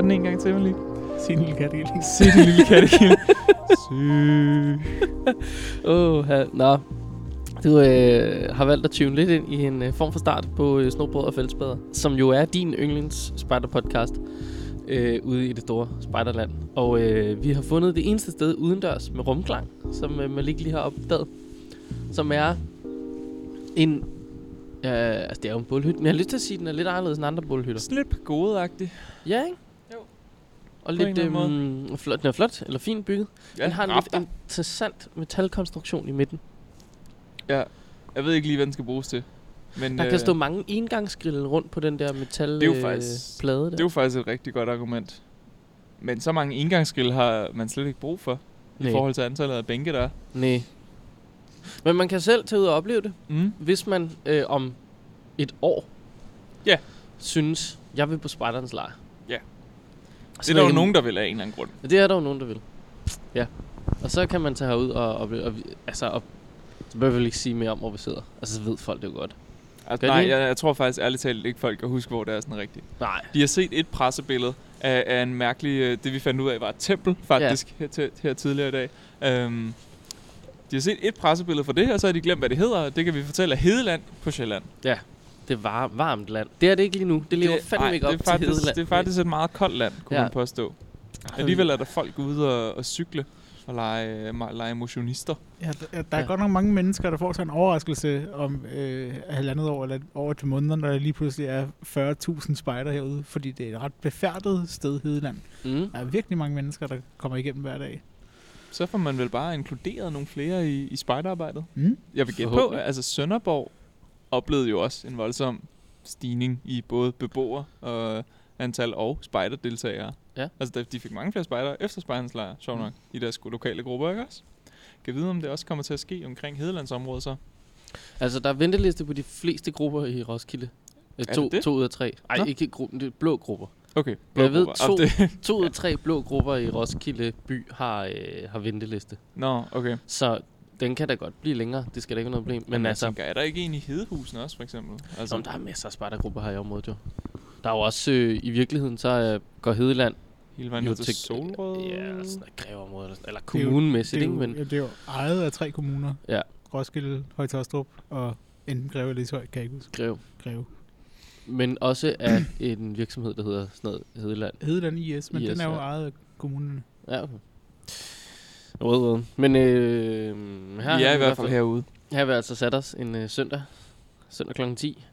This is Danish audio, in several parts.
tage den en gang til, Malie? Se en lille kattekilling. Se den lille kattekilling. Nå. Du har valgt at tune lidt ind i en form for start på Snobrød og Fællesbader, som jo er din yndlings spejderpodcast ude i det store spejderland. Og vi har fundet det eneste sted udendørs med rumklang, som Malik lige har opdaget, som er en... altså det er jo en bålhytte, men jeg har lyst til at sige, at den er lidt anderledes end andre bålhytter. Sådan lidt pagodeagtig. Ja, ikke? Jo. Og lidt flot, den er flot, eller fint bygget. Ja, den har en lidt interessant metalkonstruktion i midten. Ja, jeg ved ikke lige, hvad den skal bruges til. Men der kan stå mange engangsgrille rundt på den der metalplade der. Det er jo faktisk et rigtig godt argument. Men så mange engangsgrille har man slet ikke brug for, i forhold til antallet af bænke, der er. Nej. Men man kan selv tage ud og opleve det, hvis man om et år synes, jeg vil på spejderens lejr. Ja. Det er der jo nogen, der vil af en eller anden grund. Det er der jo nogen, der vil. Ja. Og så kan man tage herud og opleve, så bør vi vel ikke sige mere om, hvor vi sidder. Altså, så ved folk det jo godt. Altså, nej, jeg tror faktisk ærligt talt ikke, folk kan huske, hvor det er sådan rigtigt. Nej. De har set et pressebillede af en mærkelig... Det vi fandt ud af var et tempel, faktisk, her tidligere i dag. De har set et pressebillede for det, og så har de glemt, hvad det hedder. Det kan vi fortælle af Hedeland på Sjælland. Ja. Det var varmt land. Det er det ikke lige nu. Det lever fandme ikke op til Hedeland. Det er faktisk et meget koldt land, kunne man påstå. Alligevel er der folk ude og cykle og lege motionister. Ja, der er godt nok mange mennesker, der får sådan en overraskelse om halvandet år eller over til måneder, når der lige pludselig er 40.000 spejder herude, fordi det er et ret befærdet sted, Hedeland. Der er virkelig mange mennesker, der kommer igennem hver dag. Så får man vel bare inkluderet nogle flere i spejderarbejdet. Jeg vil gætte på, altså Sønderborg oplevede jo også en voldsom stigning i både beboere og antal og spejderdeltagere. Ja. Altså de fik mange flere spejdere efter spejderens lejr, sjov nok, i deres lokale grupper, ikke også? Kan vide, om det også kommer til at ske omkring Hedelandsområdet så? Altså, der er venteliste på de fleste grupper i Roskilde. 2 ud af 3. Nej, ikke gruppen, det er blå grupper. Okay, blå jeg grupper. Ved, 2 ud af 3 blå grupper i Roskilde by har venteliste. Nå, okay. Så den kan da godt blive længere. Det skal da ikke være noget problem. Men altså, tænker, er der ikke en i Hedehusene også, for eksempel? Altså, der er masser af spejdergrupper her i området, jo. Der er jo også, i virkeligheden, så går Hedeland hele vejen til Solrød? Ja, sådan et Greveområde, eller kommunemæssigt, ikke? Men det er jo ejet af 3 kommuner. Ja. Roskilde, Høje-Taastrup og enten Greve eller Ishøj, kan jeg ikke huske. Greve. Men også af en virksomhed, der hedder sådan noget Hedeland. Hedeland IS, men den er jo ejet af kommunerne. Ja, okay. Men her vi er i hvert fald herude. Her har vi altså sat os en søndag kl. 10.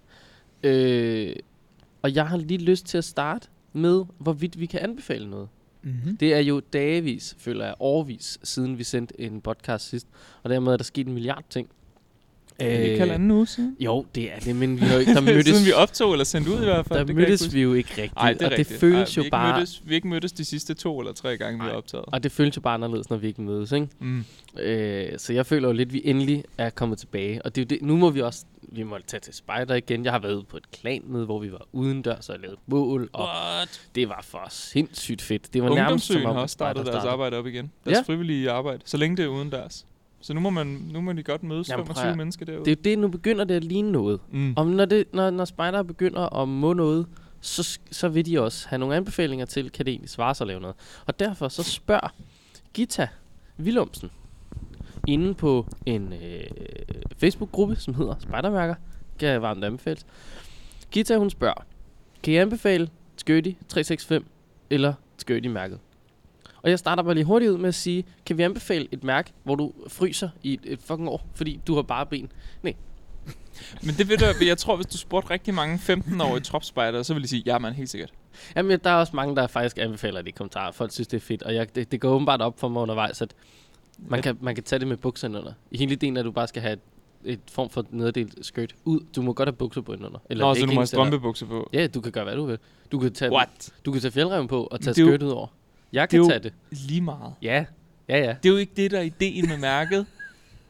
Og jeg har lige lyst til at starte med, hvorvidt vi kan anbefale noget. Det er jo dagevis, føler jeg, årvis, siden vi sendte en podcast sidst. Og dermed er der sket en milliard ting. Ikke halvanden uge siden? Jo, det er det, men vi har jo ikke... Der mødtes, siden vi optog eller sendte ud i hvert fald. Der mødtes vi jo ikke rigtigt. Ej, det er og rigtigt. Det føles jo bare... Vi har ikke mødtes de sidste 2 eller 3 gange, vi har optaget. Og det føles jo bare anderledes, når vi ikke mødes, ikke? Så jeg føler jo lidt, at vi endelig er kommet tilbage. Og det er jo det, nu må vi må tage til spejder igen. Jeg har været ude på et klanmøde, hvor vi var udendørs og lavede bål. Og det var for sindssygt fedt. Det var nærmest som om har også startet deres arbejde op igen. Deres frivillige arbejde, så længe det er udendørs. Så nu må de godt mødes 25 mennesker derude. Det er jo det, nu begynder det at ligne noget. Og når spejdere begynder at må noget, så vil de også have nogle anbefalinger til, kan det egentlig svare sig at lave noget. Og derfor så spørger Gita Willumsen inde på en Facebook-gruppe, som hedder Spejdermærker, kan jeg varmt anbefales. Gita, hun spørger, kan I anbefale Skirty 365 eller Skirty-mærket? Og jeg starter bare lige hurtigt ud med at sige, kan vi anbefale et mærke, hvor du fryser i et fucking år, fordi du har bare ben? Nej. Men det ved du, jeg tror, hvis du spurgte rigtig mange 15-årige tropspejder, så vil de sige, ja man, helt sikkert. Jamen, der er også mange, der faktisk anbefaler det i kommentarer. Folk synes, det er fedt, og det går åbenbart op for mig undervejs, at man kan tage det med bukserne under. I hele ideen, at du bare skal have et form for nederdelt skirt ud. Du må godt have bukser på indenunder. Eller så du må have strømpebukser på? Ja, du kan gøre, hvad du vil. Du kan tage fjeldreven på og tage skirt ud over. Jeg kan tage det. Lige meget. Ja. Det er jo ikke det, der er ideen med mærket.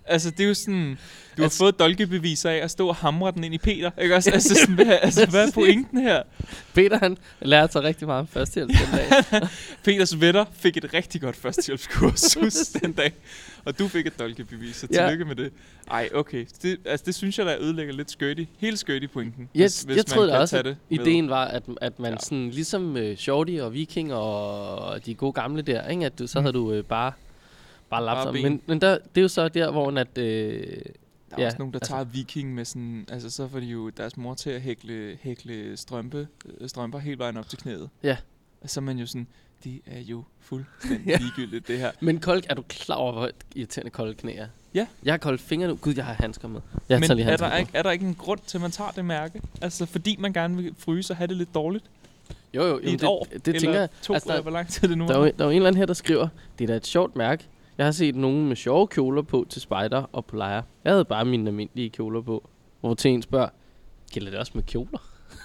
Altså, det er jo sådan... Du har fået dolkebeviser af at stå og hamre den ind i Peter, ikke også? Altså, sådan, hvad er pointen her? Peter, han lærte sig rigtig meget om førstehjælp den dag. Peters venner fik et rigtig godt førstehjælpskursus den dag. Og du fik et dolkebevis, så tillykke med det. Ej, okay. Det synes jeg, der ødelægger lidt hele skirty-pointen. Hvis jeg troede da også, at ideen var, at man sådan, ligesom Shorty og Viking og de gode gamle der, ikke? At så havde du bare lappet sammen. Men det er jo så der, hvor at... der er også nogen, der tager Viking med sådan... Altså, så får de jo deres mor til at hækle strømper hele vejen op til knæet. Ja. Og så er man jo sådan... Det er jo fuldstændig ligegyldigt, det her. Men er du klar over, hvor irriterende kolde knæ er? Ja. Jeg har kolde fingre nu. Gud, jeg har handsker med. Men er der ikke en grund til, at man tager det mærke? Altså, fordi man gerne vil fryse og have det lidt dårligt? Jo. I et år? Det tænker jeg. To, altså, hvor lang tid det nu der er jo en eller anden her, der skriver, det er da et sjovt mærke. Jeg har set nogen med sjove kjoler på til spejder og på lejre. Jeg havde bare mine almindelige kjoler på. Hvor til en spørger, gælder det også med kjoler?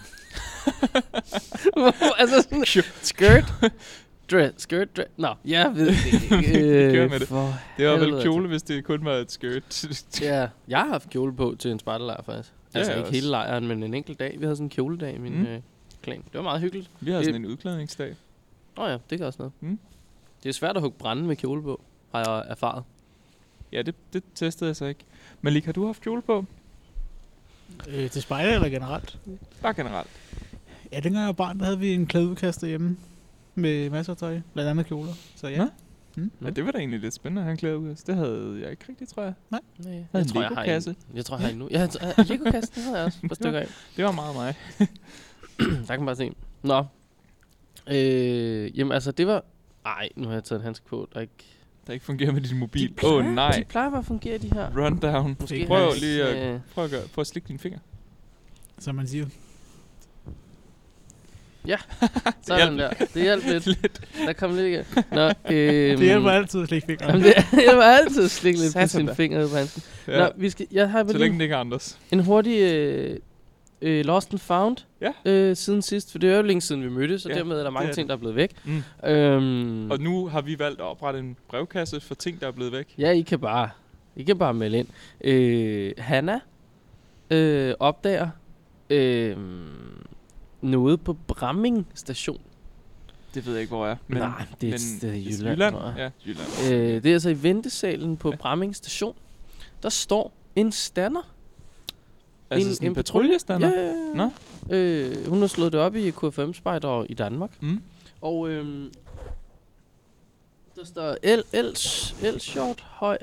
Altså sådan, skirt, dress. Nå, jeg ved det ikke. Kør med det. Det var vel kjole, hvis det kun var et skirt. Ja, jeg har haft kjole på til en spejderlejr faktisk. Altså ikke også. hele lejren, men en enkelt dag. Vi havde sådan en kjoledag i min klan. Det var meget hyggeligt. Vi havde sådan en udklædningsdag. Ja, det kan også noget. Det er svært at hugge brænde med kjole på, har jeg erfaret. Ja, det testede jeg så ikke. Malik, har du haft kjole på? Til spejder eller generelt? Bare generelt. Ja, dengang jeg var barn, der havde vi en klædeudkast derhjemme. Med masser af tøj, blandt andet kjoler. Så ja. Ja, det var da egentlig lidt spændende at have en klædeudkast. Det havde jeg ikke rigtigt, tror jeg. Nej. Jeg tror, jeg har en nu. Ja, Lego-kasse, det havde jeg også på stykker af. Det var meget mig. Der kan man bare se. Nå. Jamen altså, det var... Ej, nu har jeg taget en handske på, der ikke fungerer med din mobil. Nej. De plejer bare at fungere, de her. Rundown. Måske prøv lige at prøv at slikke dine fingre. Som man siger. Ja, sådan der. Det hjalp lidt. Der kom lidt igen. Nå, det hjælper altid at slikke fingre. Det hjælper altid at slikke lidt på sine fingre på handsken. Ja. Nå, jeg har så længe det ikke er Anders. En hurtig lost and found siden sidst. For det er jo længe siden vi mødtes, og dermed er der mange ting, der er blevet væk. Og nu har vi valgt at oprette en brevkasse for ting, der er blevet væk. Ja, I kan bare melde ind. Hanna opdager... noget på Bramming station. Det ved jeg ikke, hvor er. Men, nej, det er et sted i Jylland. Ja, Jylland. Det er altså i ventesalen på Bramming station. Der står en stander. Altså en patruljestander? Ja. Hun har slået det op i KFM-spejder i Danmark. Og der står Elshjort høj.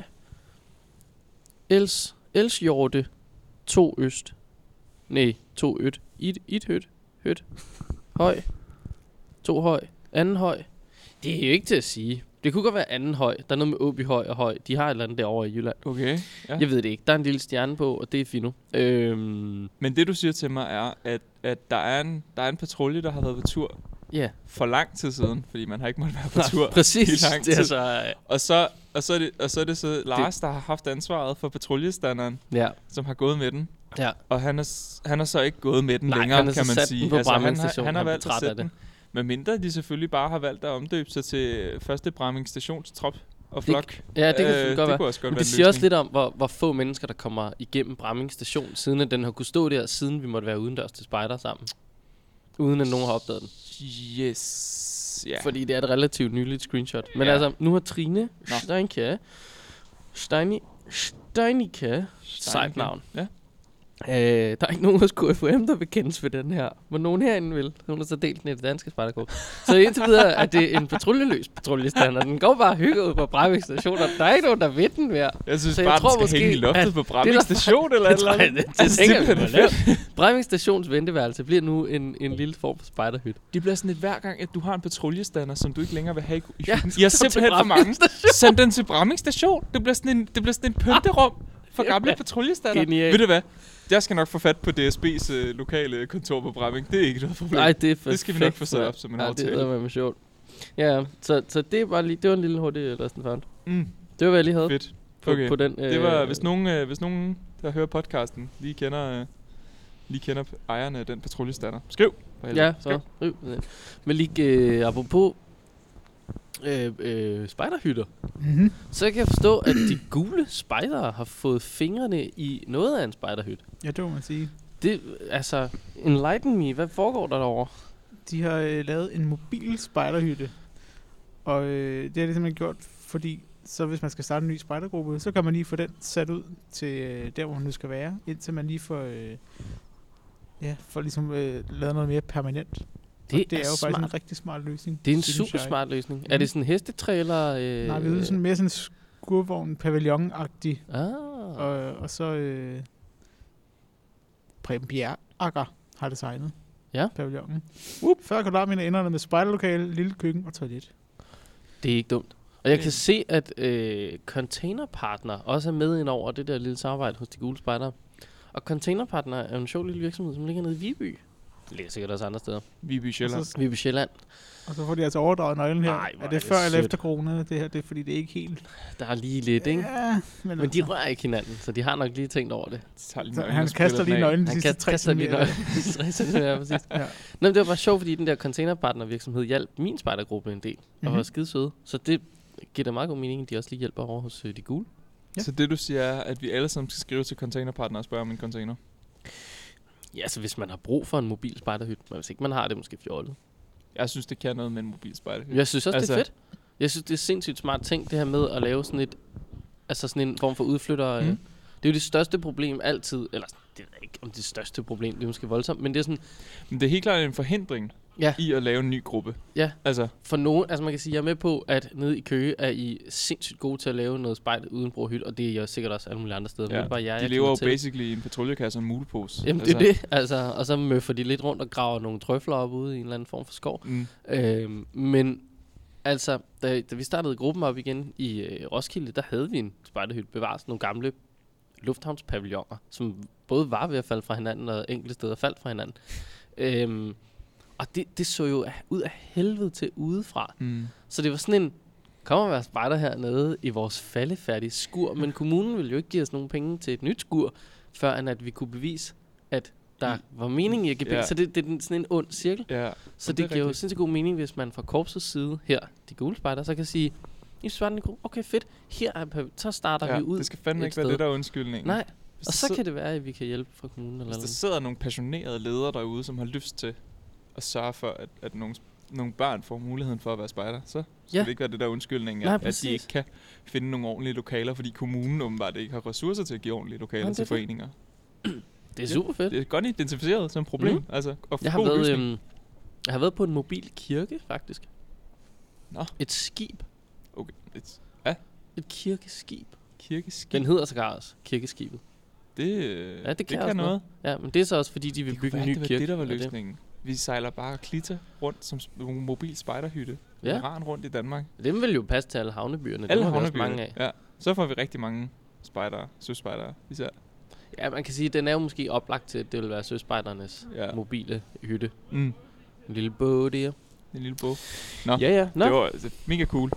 Elshjorte 2 øst. Nej, 2 øst. Et højt. Høj. 2 høj. Anden høj. Det er jo ikke til at sige. Det kunne godt være anden høj. Der er noget med Åby høj og høj. De har et eller andet derovre i Jylland. Okay. Ja. Jeg ved det ikke. Der er en lille stjerne på, og det er fint nu. Men det du siger til mig er, at der er en patrulje, der har været på tur for lang tid siden, fordi man har ikke måttet være på tur. Præcis. I lang tid. Det er og så er det så Lars, der har haft ansvaret for patruljestanderen, som har gået med den. Ja. Og han er så ikke gået med den længere, kan man sige. Altså, han har valgt at sætte den. Men mindre de selvfølgelig bare har valgt at omdøbe sig til første Bramming stationstrop og flok. Ja, det kan godt være. Kunne også godt men være det siger også lidt om, hvor få mennesker, der kommer igennem Bramming station, siden at den har kunne stå der, siden vi måtte være udendørs til spejder sammen. Uden at nogen har opdaget den. Yes. Yeah. Fordi det er et relativt nyligt screenshot. Men altså, nu har Trine Steinicke sejt navn. Ja. Der er ikke nogen hos KFM, der vil kendes ved den her. Men nogen herinde vil. Hun har så delt den i det danske spejderkort. Så indtil videre er det en patruljeløs patruljestander. Den går bare hygget ud på Bramming station, og der er ikke nogen, der ved den mere. Jeg synes bare, den skal hænge i loftet på Bramming station eller noget. Det tænker vi lave. Bramming stations venteværelse bliver nu en lille form for spejderhyt. Det bliver sådan et hver gang, at du har en patruljestander, som du ikke længere vil have i hytten. I har simpelthen for mange. Send den til Bramming station. Det bliver sådan en pynterum for gamle patruljestander. Ved du hvad? Jeg skal nok få fat på DSB's lokale kontor på Bramming. Det er ikke noget problem. Nej, det skal vi nok få sat op som en aftale. Det er sjovt. Ja, så det var lige, det var en lille hurtig Lost & Found. Det var hvad jeg lige havde. Fedt. Okay. På den, det var hvis nogen der hører podcasten lige kender ejerne af den patruljestander. Skriv. Ja, så. Men lige apropos spejderhytter, så jeg kan forstå, at de gule spejdere har fået fingrene i noget af en spejderhytte. Ja, det må man sige. Det, altså, enlighten me, hvad foregår der derovre? De har lavet en mobil spejderhytte, og det har de simpelthen gjort, fordi så hvis man skal starte en ny spejdergruppe, så kan man lige få den sat ud til der, hvor man nu skal være, indtil man lige får, får ligesom lavet noget mere permanent. Det er jo faktisk en rigtig smart løsning. Det er en super smart løsning. Er det sådan en hestetrailer? Nej, det er sådan mere sådan en skurvogn, pavillon-agtig. Og så Preben Bjergakker har designet pavillonen. 40 kvadratmeter inderne med spejderlokale, lille køkken og toilet. Det er ikke dumt. Og jeg kan se, at Containerpartner også er med ind over det der lille samarbejde hos de gule spejdere. Og Containerpartner er en sjov lille virksomhed, som ligger nede i Viby. Det ligger sikkert også andre steder. Viby Sjælland. Og så får de altså overdraget nøglen her. Er det før eller efter corona, det her? Det er fordi, det er ikke helt... Der er lige lidt, ikke? Ja, men de rører ikke hinanden, så de har nok lige tænkt over det. Så han kaster lige nøglen de sidste 3 centimeter. Præcis. Ja. Nå, det var bare sjovt, fordi den der containerpartnervirksomhed hjalp min spejdergruppe en del. Og var skide søde. Så det giver da meget god mening, at de også lige hjælper over hos de gule. Ja. Så det du siger er, at vi alle sammen skal skrive til Containerpartner og spørge om en container? Ja, så hvis man har brug for en mobil spejderhytte, men hvis ikke man har det, måske fjollet. Jeg synes, det kan noget med en mobil spejderhytte. Jeg synes også, det er fedt. Jeg synes, det er sindssygt smart ting, det her med at lave sådan et, altså sådan en form for udflytter. Det er jo det største problem altid, eller det ved jeg ikke om det største problem, det er måske voldsomt, men det er sådan... Men det er helt klart en forhindring i at lave en ny gruppe. Ja, altså for nogen, altså man kan sige, jeg er med på, at nede i Køge er I sindssygt gode til at lave noget spejl uden brug af hytte, og det er jeg sikkert også alle mulige andre steder. Ja, men det er bare de lever jo basically i en patruljekasse og en mulepose. Jamen det er det, altså, og så møffer de lidt rundt og graver nogle trøfler op ude i en eller anden form for skov. Men altså, da vi startede gruppen op igen i Roskilde, der havde vi en spejderhytte bevaret, nogle gamle lufthavnspavilloner, som både var ved at falde fra hinanden og enkelte steder faldt fra hinanden. Og det så jo ud af helvede til udefra. Så det var sådan en, kom og være spejder hernede i vores faldefærdige skur, men kommunen ville jo ikke give os nogen penge til et nyt skur, før at vi kunne bevise, at der var mening i at give penge. Så det er sådan en ond cirkel. Ja, så det giver jo sindssygt god mening, hvis man fra korpsets side her, de gule spejder, så kan sige, I svarer den gruppe, okay fedt, her er så starter vi ud. Det skal fandme ikke være det, der er undskyldningen. Nej, og så kan det være, at vi kan hjælpe fra kommunen. Hvis der sidder nogle passionerede ledere derude, som har lyst til at sørge for, at nogle børn får muligheden for at være spejder, så skal det ikke være det der undskyldning, at de ikke kan finde nogle ordentlige lokaler, fordi kommunen åbenbart ikke har ressourcer til at give ordentlige lokaler til foreninger. Det er super fedt. Det er godt identificeret som problem. Altså, jeg har været på en mobil kirke, faktisk. Nå. Et skib. Okay. Et kirkeskib. Kirkeskib? Den hedder sågar også Kirkeskibet. Det kan noget. Ja, men det er så også, fordi de vil bygge en ny kirke. Det der var løsningen. Vi sejler bare klitter rundt som en mobil spejderhytte. Ran rundt i Danmark. Dem vil jo passe til alle havnebyerne. Alle havnebyerne, ja. Så får vi rigtig mange spejdere, søspejdere især. Ja, man kan sige, at den er jo måske oplagt til, at det vil være søspejdernes mobile hytte. En lille båd der. En lille båd. Nå, ja. Det var altså mega cool.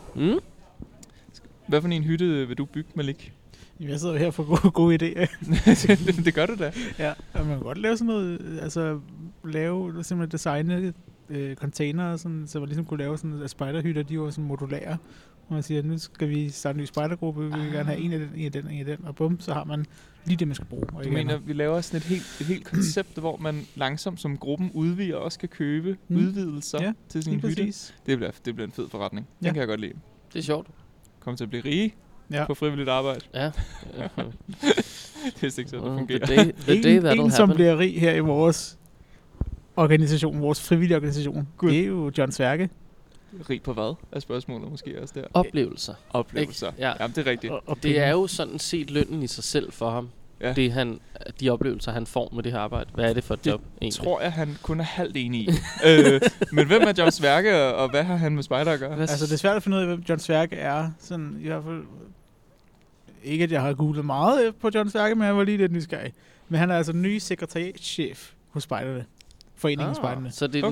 Hvad for en hytte vil du bygge, Malik? Jamen, jeg sidder her for gode idéer. Det gør du da. Ja, man kan godt lave sådan noget, altså simpelthen designe container, sådan, så man ligesom kunne lave sådan, at spejderhytter, de var sådan modulære. Og man siger, nu skal vi starte en ny spejdergruppe, vi vil gerne have en af den, og bum, så har man lige det, man skal bruge. Du mener, vi laver sådan et helt koncept, hvor man langsomt som gruppen udvider og også kan købe udvidelser til sin hytte. Det bliver en fed forretning. Den kan jeg godt lide. Det er sjovt. Kommer til at blive rige på frivilligt arbejde. Ja. Det er ikke sådan, det fungerer. En som bliver rig her i vores organisation, vores frivillige organisation, det er jo John Sværke. Rig på hvad? Er spørgsmålet måske også der. Oplevelser. Ja. Jamen, det er rigtigt. Og det er jo sådan set lønnen i sig selv for ham. Ja. Det de oplevelser, han får med det her arbejde. Hvad er det for et job egentlig? Det tror jeg, han kun er halvt enig i. Men hvem er John Sværke, og hvad har han med spejder at gøre? Altså, det er svært at finde ud af, hvem John Sværke er. Sådan, i hvert fald ikke, at jeg har googlet meget på John Sværke, men jeg var lige lidt nysgerrig. Men han er altså ny sekretariatschef hos spejderne. Foreningen Spejderne. Så det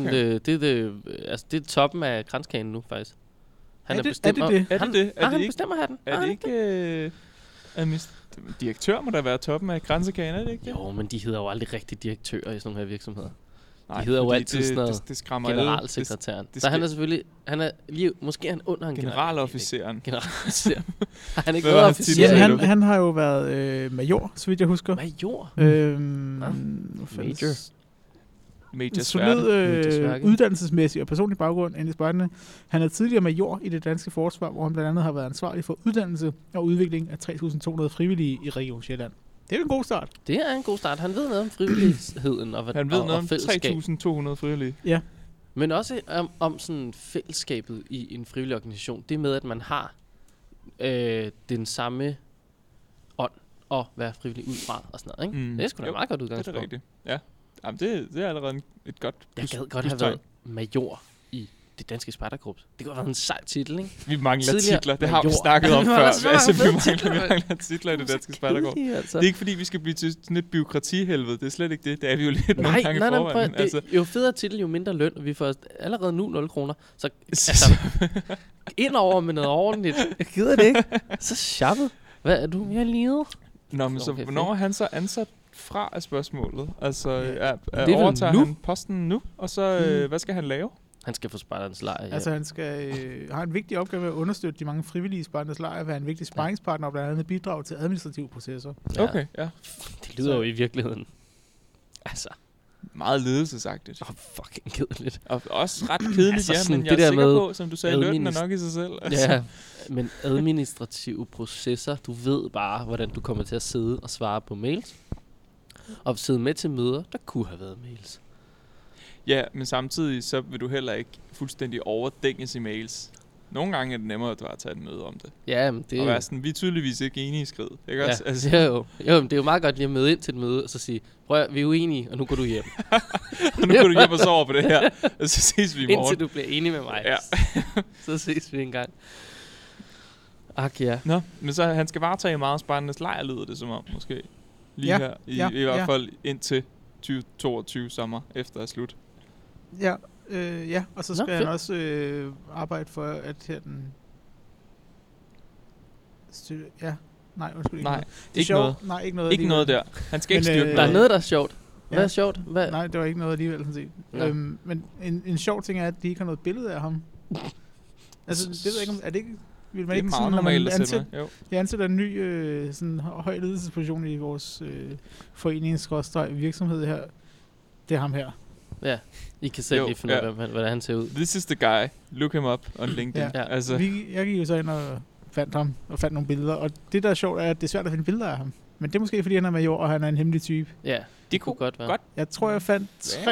er det er toppen af kranskagen nu, faktisk. Han bestemmer. Han bestemmer hatten. Er det ikke... direktør må der være toppen af kransekagen, er det ikke det? Jo, men de hedder jo aldrig rigtig direktører i sådan nogle her virksomheder. De hedder jo altid sådan noget det skræmmer generalsekretæren. Så han er selvfølgelig, måske er han under en generalofficeren. Generalofficer. Han er ikke noget officer. Han har jo været major, så vidt jeg husker. Major? Major solid uddannelsesmæssig og personlig baggrund ind i spejderne. Han er tidligere major i det danske forsvar, hvor han blandt andet har været ansvarlig for uddannelse og udvikling af 3.200 frivillige i Region Sjælland. Det er en god start. Det er en god start. Han ved noget om frivilligheden og han ved noget om 3.200 frivillige. Ja. Men også om sådan fællesskabet i en frivillig organisation. Det med, at man har den samme ånd at være frivillig ud fra og sådan noget, ikke? Det er sgu da et meget godt udgangspunkt. Det er rigtigt. Ja. Jamen, det er allerede et godt Jeg gad godt have været major i det danske spejderkorps. Det kunne have været en sej titel, ikke? Vi mangler titler. Det har vi snakket om før. Vi mangler titler i det danske spejderkorps. Altså. Det er ikke fordi, vi skal blive til sådan et byråkratihelvede. Det er slet ikke det. Det er vi jo lidt nogle gange i forvejen. Altså. Jo federe titel, jo mindre løn. Vi får allerede nu 0 kroner. Så altså, ind over med noget ordentligt. Jeg gider det ikke. Så sjappet. Hvad er du? Jeg er livet. Nå, men så hvornår er han så ansat fra af spørgsmålet? Altså, overtager han posten nu? Og så, hvad skal han lave? Han skal få spejdernes lejr, ja. Altså han skal have en vigtig opgave med at understøtte de mange frivillige spejdernes lejr, være en vigtig sparringspartner og blandt andet bidrage til administrative processer. Ja. Okay, ja. Det lyder jo i virkeligheden. Altså. Meget ledelsesagtigt. Fucking kedeligt. Og også ret kedeligt, altså, men jeg er sikker på, som du sagde, lønnen er nok i sig selv. Altså. Ja, men administrative processer, du ved bare, hvordan du kommer til at sidde og svare på mails. Og sidde med til møder, der kunne have været mails. Ja, men samtidig så vil du heller ikke fuldstændig overdænges i mails. Nogle gange er det nemmere at tage et møde om det. Ja, men det er og være sådan, vi er tydeligvis ikke enige i skridt. Ikke ja, også? Altså. Jo, men det er jo meget godt lige at møde ind til et møde, og så sige, prøv at, vi er uenige, og nu går du hjem. Og nu går du hjem og sover på det her, og så ses vi i morgen. Indtil du bliver enig med mig. Ja. Så ses vi en gang. Ja. Nå, men så han skal varetage meget spejdernes lejr, lyder det som om, måske. Lige her, i hvert fald indtil 2022 sommer, efter er slut. Ja, og så skal han også arbejde for, at her den... Nej, undskyld. Ikke noget. Nej, ikke noget. Ikke noget der. Han skal ikke styrke der er noget, der er sjovt. Hvad er sjovt? Nej, det var ikke noget alligevel, sådan set. Men en sjov ting er, at de ikke har noget billede af ham. Altså, det ved jeg ikke, er det ikke... Vil man det er ikke meget normalt at sætte mig. Jeg ansætter en ny sådan høj ledelsesposition i vores foreningsvirksomhed her. Det er ham her. Ja, I kan selv lige finde ud af, hvordan han ser ud. This is the guy. Look him up on LinkedIn. Ja. Altså. Jeg gik jo så ind og fandt ham, og fandt nogle billeder. Og det, der er sjovt, er, at det er svært at finde billeder af ham. Men det er måske, fordi han er major, og han er en hemmelig type. Ja, det kunne godt være. Jeg tror, jeg fandt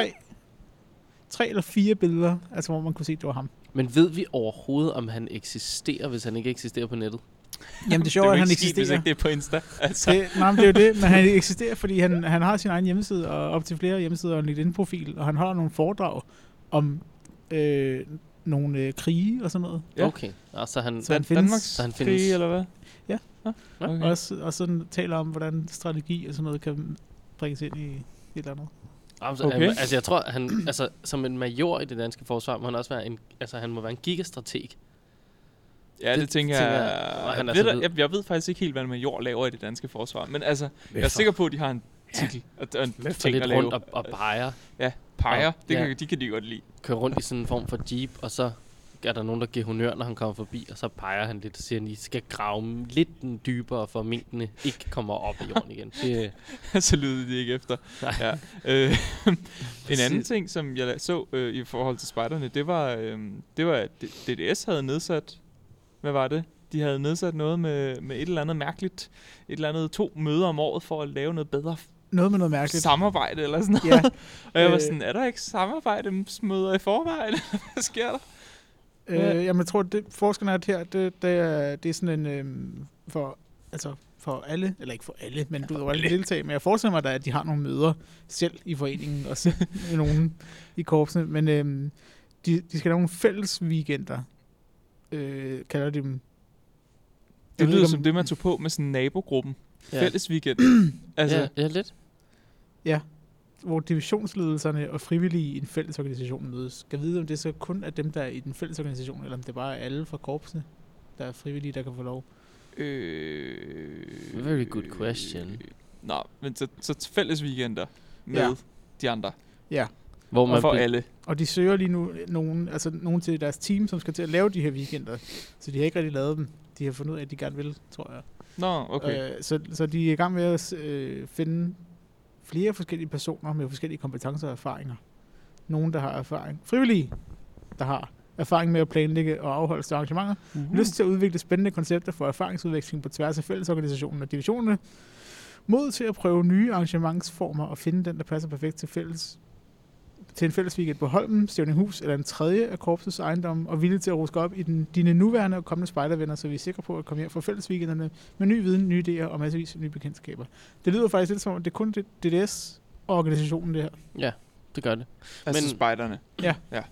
3 eller 4 billeder, altså hvor man kunne se, at det var ham. Men ved vi overhovedet, om han eksisterer, hvis han ikke eksisterer på nettet? Jamen det er sjovt, at han eksisterer. Hvis ikke det er på Insta. Altså. Det er jo det, men han eksisterer, fordi han har sin egen hjemmeside, og op til flere hjemmesider og en LinkedIn-profil, og han holder nogle foredrag om nogle krige og sådan noget. Ja. Okay, altså han findes. Danmarks krige, eller hvad? Ja. Okay. Og sådan taler om, hvordan strategi og sådan noget kan bringes ind i et eller andet. Okay. Altså jeg tror han som en major i det danske forsvar må han også være han må være en gigastrateg. Ja, det tænker jeg. Jeg ved faktisk ikke helt, hvad en major laver i det danske forsvar, men altså jeg er sikker på, at de har en titel og en ting lidt at lave. rundt og peger. Ja, peger. De kan de godt lide. Kører rundt i sådan en form for jeep, og så er der nogen, der giver honør, når han kommer forbi, og så peger han lidt og siger, at I skal grave lidt dybere, for minkene ikke kommer op i jorden igen. Så lyder de ikke efter. Ja. En anden ting, som jeg så i forhold til spejderne, det var at DDS havde nedsat, hvad var det? De havde nedsat noget med et eller andet mærkeligt, et eller andet 2 møder om året for at lave noget bedre. Noget med noget mærkeligt. Samarbejde eller sådan noget. Ja. Og jeg var sådan, er der ikke samarbejdsmøder i forvejen? Hvad sker der? Jamen, jeg tror, det forskerne er her, det er sådan en for alle, eller ikke for alle, men du vil deltage. Men jeg forestiller mig, at de har nogle møder selv i foreningen, og selv nogen i korpsene. Men de skal have nogle fælles weekender, kalder de dem. Det lyder som det, man tog på med sådan nabogruppen. Ja. Fælles weekend. Altså. Ja, lidt. Ja. Hvor divisionsledelserne og frivillige i en fælles organisation mødes. Skal jeg vide, om det så kun er dem, der er i den fælles organisation, eller om det bare er alle fra korpsene, der er frivillige, der kan få lov? Very good question. Nå, men så fælles weekender med de andre. Ja. Hvor man og for alle. Og de søger lige nu nogen til deres team, som skal til at lave de her weekender. Så de har ikke rigtig lavet dem. De har fundet ud af, at de gerne vil, tror jeg. Nå, okay. Så de er i gang med at finde flere forskellige personer med forskellige kompetencer og erfaringer. Nogen, der har erfaring. Frivillige, der har erfaring med at planlægge og afholde større arrangementer. Lyst til at udvikle spændende koncepter for erfaringsudveksling på tværs af fællesorganisationen og divisionerne. Mod til at prøve nye arrangementsformer og finde den, der passer perfekt til en fælles weekend på Holmen, Stævninghus eller en tredje af korpsets ejendomme, og villig til at ruske op i dine nuværende og kommende spejdervenner, så vi er sikre på at komme hjem fra fælles weekenderne med ny viden, nye idéer og massevis af nye bekendtskaber. Det lyder faktisk lidt som om, det er kun DDS og organisationen, det her. Ja, det gør det. Altså spejderne. Ja. Ja,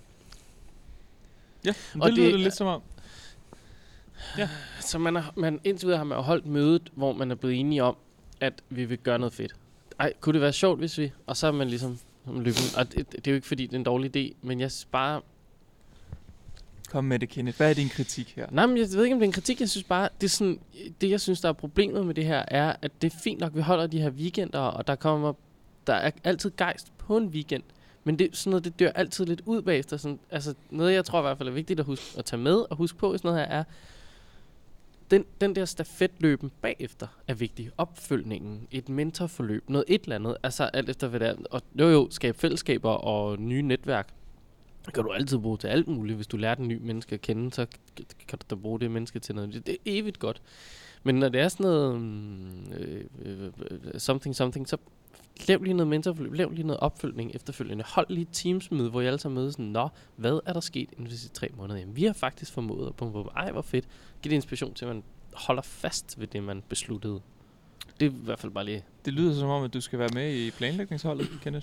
det lyder det lidt som om. Ja. Så man indtil videre har man holdt mødet, hvor man er blevet enige om, at vi vil gøre noget fedt. Ej, kunne det være sjovt, hvis vi... Og så er man ligesom løbet. Og det er jo ikke, fordi det er en dårlig idé, men jeg bare... Kom med det, Kenneth. Hvad er din kritik her? Nej, men jeg ved ikke, om det er en kritik. Jeg synes bare, det er sådan... Det, jeg synes, der er problemet med det her, er, at det er fint nok, vi holder de her weekender, og der er altid gejst på en weekend. Men det, sådan noget, det dør altid lidt ud bagefter. Sådan, altså noget, jeg tror i hvert fald er vigtigt at tage med og huske på i sådan noget her, er... Den der stafetløben bagefter er vigtig. Opfølgningen, et mentorforløb, noget et eller andet. Altså alt efter hvad det er. Og jo, skabe fællesskaber og nye netværk. Det kan du altid bruge til alt muligt. Hvis du lærer en ny menneske at kende, så kan du da bruge det menneske til noget. Det er evigt godt. Men når det er sådan noget something, så lav lige noget mentorforløb, lav lige noget opfølgning efterfølgende. Hold lige et teamsmøde, hvor I alle sammen mødes sådan, nå, hvad er der sket inden for de 3 måneder? Jamen, vi har faktisk formået at ej, hvor fedt. Giv det inspiration til, at man holder fast ved det, man besluttede. Det er i hvert fald bare lige... Det lyder som om, at du skal være med i planlægningsholdet, Kenneth.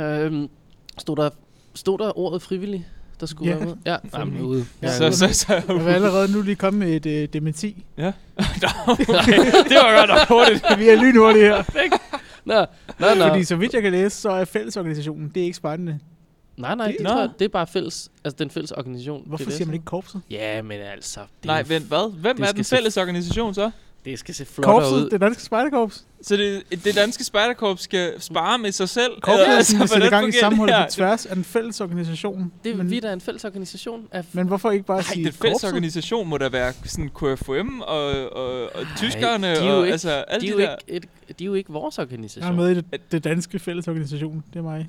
Stod der ordet frivillig, der skulle være med? Ja, jamen ude. Ja, så jeg vil allerede nu lige komme med et dementi. Ja. Okay. Det var godt nok hurtigt. Vi er lynhurtige her. Nå. Fordi så vidt jeg kan læse, så er fællesorganisationen, det er ikke spejderne. Nej, det tror jeg, det er bare fælles, altså den fælles organisation. Hvorfor siger man ikke korpset? Ja, men altså... Nej, vent, hvad? Hvem er den fælles organisation så? Det skal se flottere ud. Korpset, det danske spejderkorps. Så det danske spejderkorps skal spare med sig selv? Korpset er sætte gang i sammenholdet på tværs af den fælles organisation. Det er vi, der er en fælles organisation. Men hvorfor ikke bare sige korpset? Den fælles organisation må da være sådan KFUM og tyskerne og altså alt det der. De er jo ikke vores organisation. Jeg er med i det danske fælles organisation. Det er mig.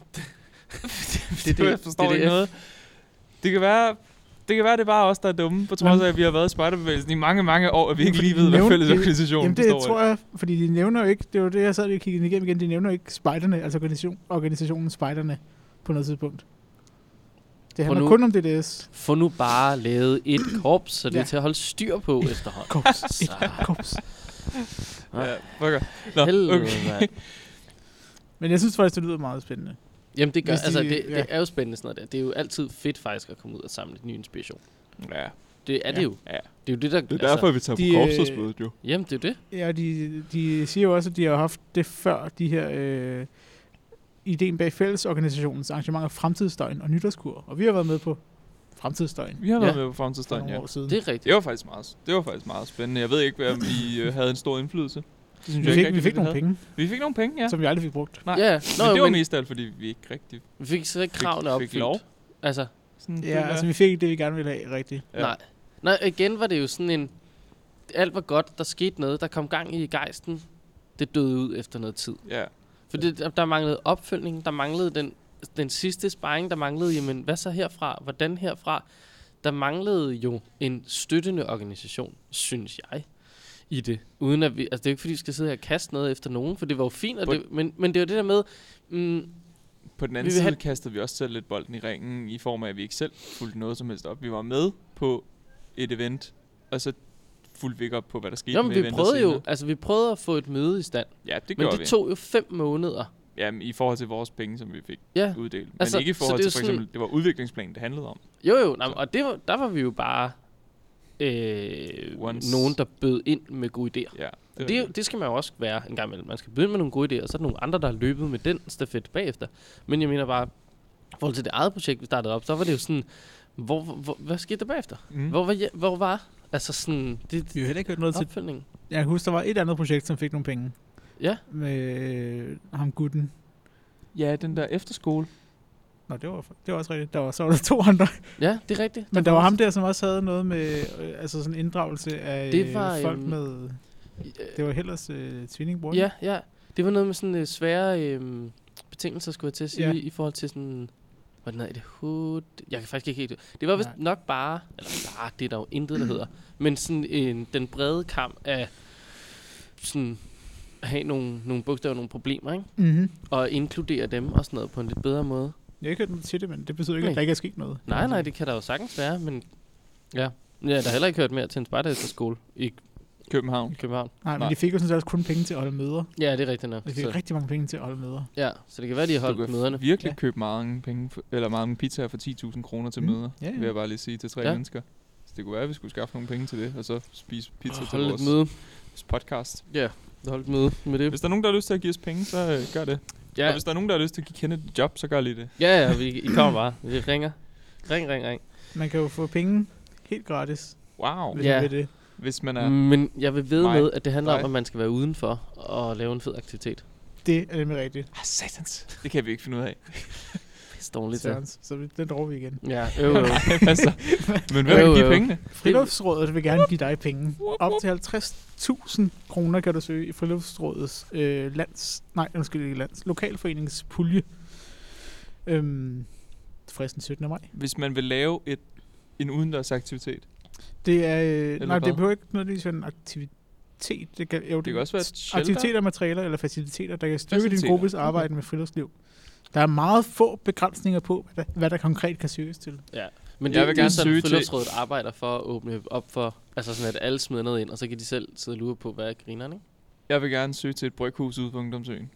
det jeg forstår ikke noget. Det kan være, det er bare os, der er dumme, på trods af, at vi har været i spejderbevægelsen i mange, mange år, og vi ikke lige ved, hvad fælles organisationen består af. Jamen det tror jeg, fordi de nævner jo ikke, det var det, jeg sad og kiggede igennem igen, de nævner jo ikke spejderne, altså organisationen spejderne på noget tidspunkt. Det handler kun om DDS. Få nu bare lavet et korps, så det er til at holde styr på efterhånden. Korps. Ja, okay. Men jeg synes faktisk, det lyder meget spændende. Jamen det gør, det er jo spændende sådan noget der. Det er jo altid fedt faktisk at komme ud og samle et ny inspiration. Ja. Det er det jo. Ja. Det er jo det, der... Det er derfor, vi tager på korpsmødet jo. Jamen, det er det. Ja, de siger jo også, at de har haft det før, de her ideen bag fællesorganisationens arrangementer Fremtidsstøjen og Nytårskur. Og vi har været med på Fremtidsstøjen. Vi har været med på Fremtidsstøjen, ja. Det er rigtigt. Det var faktisk meget spændende. Jeg ved ikke, om I havde en stor indflydelse. Vi fik nogle penge. Vi fik nogle penge, ja. Som vi aldrig fik brugt. Nej, men det var mest alt, fordi vi ikke rigtig... Vi fik så ikke kravene opfyldt. Fik lov. Altså... vi fik ikke det, vi gerne ville have, rigtigt. Ja. Nej, igen var det jo sådan en... Alt var godt, der skete noget, der kom gang i gejsten. Det døde ud efter noget tid. Ja. For der manglede opfølgning, der manglede den sidste sparring, der manglede, jamen hvad så herfra, hvordan herfra? Der manglede jo en støttende organisation, synes jeg, i det. Uden at vi, altså det er jo ikke fordi, vi skal sidde her og kaste noget efter nogen, for det var jo fint, og men det er jo det der med... på den anden side kastede vi også selv lidt bolden i ringen, i form af, at vi ikke selv fulgte noget som helst op. Vi var med på et event, og så fulgte vi ikke op på, hvad der skete med eventet. Vi prøvede at få et møde i stand. Ja, det gjorde vi. Men det tog jo 5 måneder. Ja, i forhold til vores penge, som vi fik uddelt. Men altså, ikke i forhold til, for eksempel, det var udviklingsplanen, det handlede om. Jo, og der var vi jo bare nogen, der bød ind med gode idéer. Ja, det skal man jo også være en gang imellem. Man skal byde ind med nogle gode idéer, og så er der nogle andre, der har løbet med den stafet bagefter. Men jeg mener bare, i forhold til det eget projekt, vi startede op, så var det jo sådan, hvad skete der bagefter? Hvor var? Altså sådan... Vi har heller ikke hørt noget opfølgning. til... Jeg kan huske, der var et andet projekt, som fik nogle penge. Ja. Med ham gutten. Ja, den der efterskole. Nå, det var også rigtigt. Så var der 2 andre. Ja, det er rigtigt. Men der var ham der, som også havde noget med altså sådan inddragelse af det var, folk med... Det var Hellers tvillingbror. Ja. Det var noget med sådan svære betingelser, skulle jeg til at sige, i forhold til sådan... Hvordan er det? Hood? Jeg kan faktisk ikke helt... Det var vist nok bare... Eller bare, det er der jo intet, der hedder. Men sådan den brede kamp af sådan... At have nogle bogstaver, nogle problemer, ikke? Mm-hmm. Og inkludere dem og sådan noget på en lidt bedre måde. Jeg har ikke hørt noget til det, men det betyder ikke, at der ikke er sket noget. Nej, det kan der jo sagtens være, men... Ja, der har heller ikke hørt mere til en spejderefterskole i København. Nej, men de fik jo sådan set også kun penge til at holde møder. Ja, det er rigtigt nok. De fik rigtig mange penge til at holde møder. Ja, så det kan være, de har holdt møderne. Virkelig købe mange penge, eller mange pizzaer for 10.000 kroner til møder, vil jeg bare lige sige til 3 mennesker. Så det kunne være, at vi skulle skaffe nogle penge til det, og så spise pizza til vores podcast. Ja, holde et møde med det. Hvis der er nogen, der har lyst til at give os penge, så gør det. Ja. Og hvis der er nogen, der har lyst til at give Kenneth et job, så gør lige det. Ja, I kommer bare. Vi ringer. Ring. Man kan jo få penge helt gratis. Wow. Hvis man er... Men jeg vil ved med, at det handler om, at man skal være udenfor og lave en fed aktivitet. Det er nemlig rigtigt. Satans. Det kan vi ikke finde ud af. Så den dropper vi igen. Ja, Men hvem kan give pengene? Friluftsrådet vil gerne give dig penge. Op til 50.000 kroner kan du søge i Friluftsrådets lokalforeningspulje. Fristen 17. maj. Hvis man vil lave en udendørs aktivitet. Det er det behøver ikke nødvendigvis være en aktivitet. Det kan også være aktiviteter, materialer eller faciliteter, der kan styrke din gruppes arbejde med friluftsliv. Der er meget få begrænsninger på, hvad der konkret kan søges til. Ja, men jeg vil gerne søge til Friluftsrådet arbejder for at åbne op for, altså sådan at alle smider noget ind, og så kan de selv sidde og lure på, hvad er grinerne, ikke? Jeg vil gerne søge til et bryghus ude på Ungdomsøen.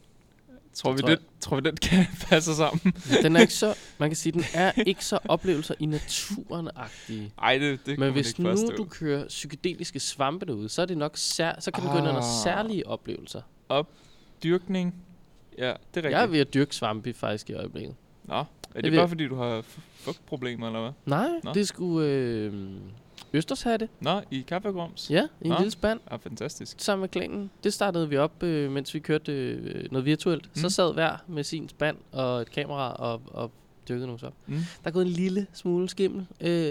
Tror vi den kan passe sammen? Den er ikke så, man kan sige, den er ikke så oplevelser i naturen-agtige. Ej, det men hvis nu du kører psykedeliske svampe derude, så er det nok så kan den gå ind under særlige oplevelser. Dyrkning. Ja, det er rigtigt. Jeg er ved at dyrke svampe faktisk i øjeblikket. Nå, er det bare fordi du har fugtproblemer eller hvad? Nej, det skulle Østershatte. Nå, i kaffegrums? Ja, i en lille spand. Ja, fantastisk. Sammen med klanen. Det startede vi op, mens vi kørte noget virtuelt. Så sad hver med sin spand og et kamera og dyrkede nogle svampe. Der er gået en lille smule skimmel.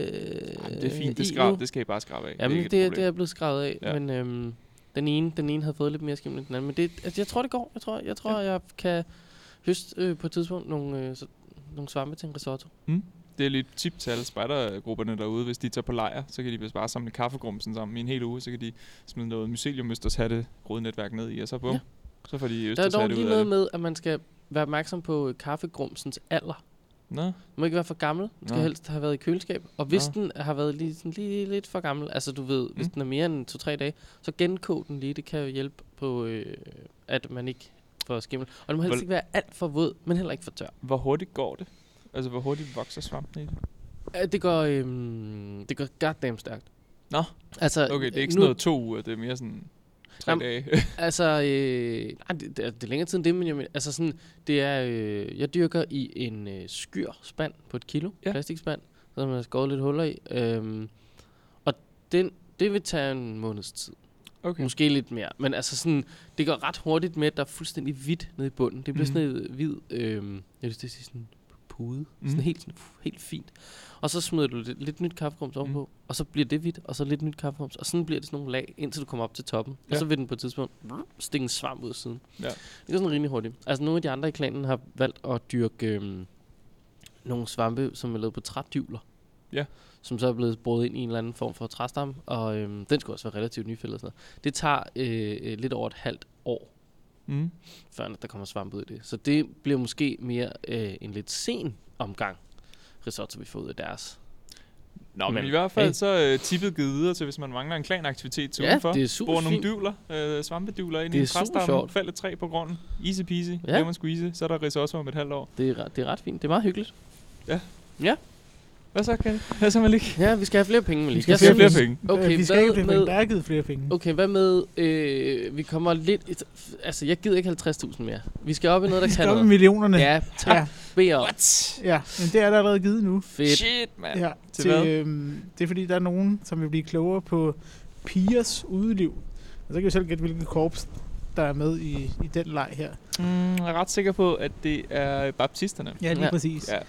Det er fint, det skal I bare skrabe af. Jamen, det er blevet skravet af, ja. Men den ene havde fået lidt mere skimmel end den anden. Men jeg tror, det går. Jeg tror, jeg kan høste på et tidspunkt nogle svampe til en risotto. Det er lidt tip til alle spejdergrupperne derude. Hvis de tager på lejr, så kan de bare samle kaffegrumsen sammen i en hel uge. Så kan de smide noget mycelium-østershatte grodnetværk ned i, og så bum. Ja. Så får de østershatte ud af det. Der er dog lige noget med, at man skal være opmærksom på kaffegrumsens alder. Den må ikke være for gammel. Den skal helst have været i køleskab. Og hvis den har været lige lidt for gammel, altså du ved, hvis den er mere end 2-3 dage, så genkog den lige. Det kan jo hjælpe på, at man ikke får skimmel. Og det må helst ikke være alt for våd, men heller ikke for tør. Hvor hurtigt går det? Altså, hvor hurtigt vokser svampen i det? Det går goddamn stærkt. Nå, altså, okay, det er ikke sådan noget 2 uger, det er mere sådan 3 dage. Altså, det er længere tid end det, men altså sådan, det er, jeg dyrker i en skyrspand på 1 kilo, plastikspand, så man har skåret lidt huller i. Og det vil tage en måneds tid. Okay. Måske lidt mere, men altså sådan, det går ret hurtigt med, at der er fuldstændig hvidt nede i bunden. Det bliver sådan noget hvid, jeg vil sige sådan pude, sådan helt fint. Og så smider du lidt nyt kaffegrums ovenpå, og så bliver det hvidt, og så lidt nyt kaffegrums, og sådan bliver det sådan nogle lag, indtil du kommer op til toppen. Ja. Og så vil den på et tidspunkt stikke en svamp ud af siden. Ja. Det er sådan rimelig hurtigt. Altså nogle af de andre i klanen har valgt at dyrke nogle svampe, som er lavet på trædyvler. Ja. Som så er blevet båret ind i en eller anden form for træstamme, og den skulle også være relativt nyfældet og sådan noget. Det tager lidt over et halvt år, før der kommer svampe ud i det. Så det bliver måske mere en lidt sen omgang risotto, vi får ud af deres. Nå, men i hvert fald så tippet givet videre til, hvis man mangler en klanaktivitet til udenfor. Det er super bor nogle dyvler, svampedyvler ind i en træstamme, falder 3 på grunden, easy peasy, lemon squeeze, så er der risotto om et halvt år. Det er ret fint, det er meget hyggeligt. Ja. Hvad så, Kalle? Hvad så, Malik? Ja, vi skal have flere penge, Malik. Vi skal have flere penge. Okay, vi skal ikke have flere penge. Der er givet flere penge. Okay, hvad med... vi kommer lidt... Altså, jeg gider ikke 50.000 mere. Vi skal op i noget, der kan noget. Vi skal op i millionerne. Ja, tak. Ja. What? Ja, men det er der allerede givet nu. Fedt. Shit, mand. Ja, det er fordi, der er nogen, som vil blive klogere på pigers udeliv. Og så kan vi selv gætte, hvilket korps, der er med i den leg her. Jeg er ret sikker på, at det er baptisterne. Ja, lige præcis. Ja.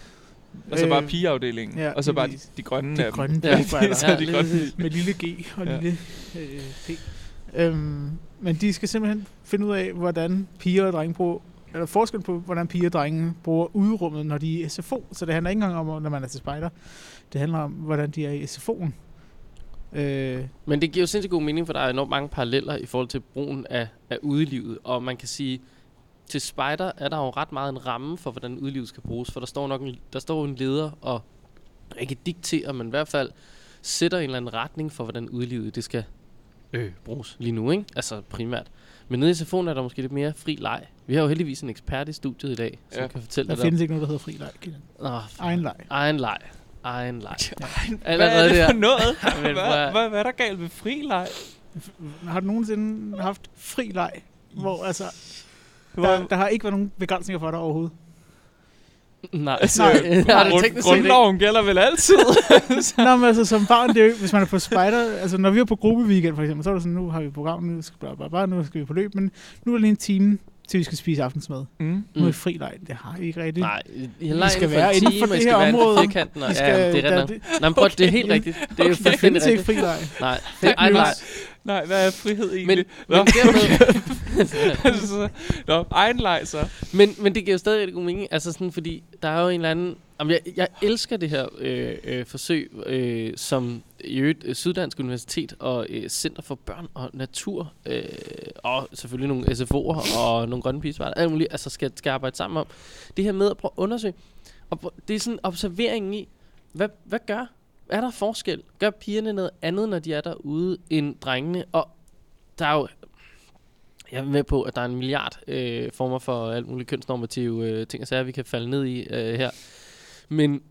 Og så bare pigeafdelingen. Ja, og så bare de grønne de af grønne dem. De grønne med lille G og lille P. Men de skal simpelthen finde ud af, hvordan piger og drenge bruger, eller forskel på, hvordan piger og drenge bruger udrummet, når de er i SFO. Så det handler ikke engang om, når man er til spejder. Det handler om, hvordan de er i SFO'en. Men det giver jo sindssygt god mening, for der er enormt mange paralleller i forhold til brugen af udelivet. Og man kan sige, til spejder er der jo ret meget en ramme for, hvordan udelivet skal bruges. For der står en leder og ikke dikterer, men i hvert fald sætter en eller anden retning for, hvordan udelivet det skal bruges lige nu, ikke? Altså primært. Men nede i SFO'en er der måske lidt mere fri leg. Vi har jo heldigvis en ekspert i studiet i dag, som kan fortælle dig. Der findes ikke noget, der hedder fri leg, Kilian. Egen leg. Egen leg. Hvad er det for noget? Hvad er der galt med fri leg? Har du nogensinde haft fri leg? Hvor altså... Der har ikke været nogen begrænsninger for dig overhovedet. Nej. Grundloven gælder vel altid. Nå, men altså som barn, det er jo, hvis man er på spejder, altså når vi er på gruppeweekend for eksempel, så er det sådan, nu har vi program, nu skal vi på løb, men nu er det lige en time, til vi skal spise aftensmad. Nu er det fri leg, det har I ikke rigtigt. Nej, I skal være inden for det her område. Det er rigtigt. Nej, men det er helt rigtigt. Det er jo fuldstændig rigtigt. Fri leg. Nej, det er egen leg. Nej, hvad er frihed egentlig? Men egen leg så. Men det giver jo stadig god mening, altså sådan, fordi der er jo en eller anden... Jeg elsker det her forsøg, som i øvrigt Syddansk Universitet og Center for Børn og Natur, og selvfølgelig nogle SFO'er og nogle grønne pigesværter, alt muligt, altså skal arbejde sammen om. Det her med at prøve at undersøge, og det er sådan observeringen i, hvad gør? Er der forskel? Gør pigerne noget andet, når de er derude, end drengene? Og der er jo... Jeg er med på, at der er en milliard former for alt muligt kønsnormative ting og sager, vi kan falde ned i her. Men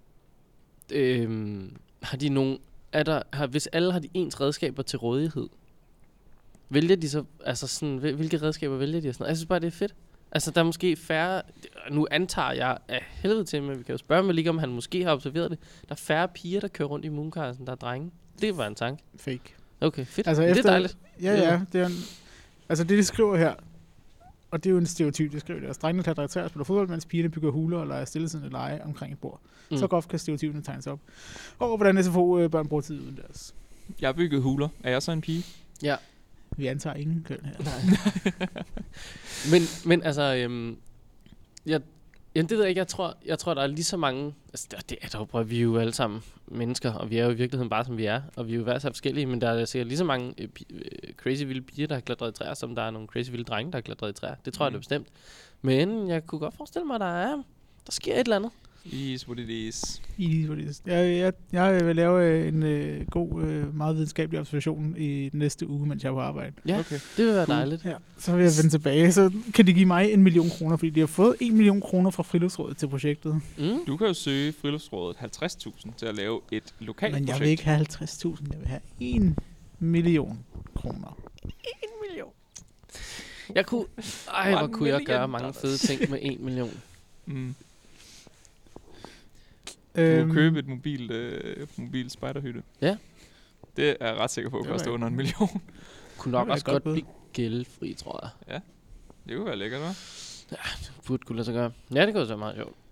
har de nogen... hvis alle har de ens redskaber til rådighed, vælger de så... Altså sådan, hvilke redskaber vælger de? Jeg synes bare, det er fedt. Altså, der er måske færre... Nu antager jeg af helvede til, men vi kan jo spørge Malik, om han måske har observeret det. Der er færre piger, der kører rundt i Mooncarsen, der er drenge. Det var en tanke. Fake. Okay, fedt. Altså, det er dejligt. Ja. Det er altså, det de skriver her, og det er jo en stereotyp, de skriver det. Altså, drengene klatrer i træer og spiller fodbold, mens pigerne bygger huler og leger stillesiddende lege omkring et bord. Så godt kan stereotyperne tegnes op. Og hvordan SFO-børn bruger tid uden deres. Jeg har bygget huler. Er jeg så en pige? Ja. Vi antager ingen køn her. men altså, det ved jeg ikke. Jeg tror, der er lige så mange... Altså, det er dog, vi er jo alle sammen mennesker, og vi er jo i virkeligheden bare, som vi er. Og vi er jo hver så forskellige, men der er sikkert lige så mange crazy vilde piger, der har klatret i træer, som der er nogle crazy vilde drenge, der har klatret i træer. Det tror jeg, det er bestemt. Men jeg kunne godt forestille mig, der sker et eller andet. Is what it is. Jeg vil lave en god, meget videnskabelig observation i næste uge, mens jeg er på arbejde. Ja, okay. Det vil være dejligt. Ja, så vil jeg vende tilbage. Så kan de give mig 1 million kroner, fordi de har fået 1 million kroner fra Friluftsrådet til projektet. Du kan jo søge Friluftsrådet 50.000 til at lave et lokalt projekt. Men jeg vil ikke have 50.000, jeg vil have 1 million kroner. 1 million? Hvor kunne jeg gøre mange fede ting med 1 million? Du kan købe et mobil spejderhytte. Ja. Det er jeg ret sikker på, at koster under 1 million. Kunne nok også godt blive gældfri, tror jeg. Ja, det kunne være lækkert, hva'? Ja, det burde kunne lade sig gøre. Ja, det kunne være meget sjovt.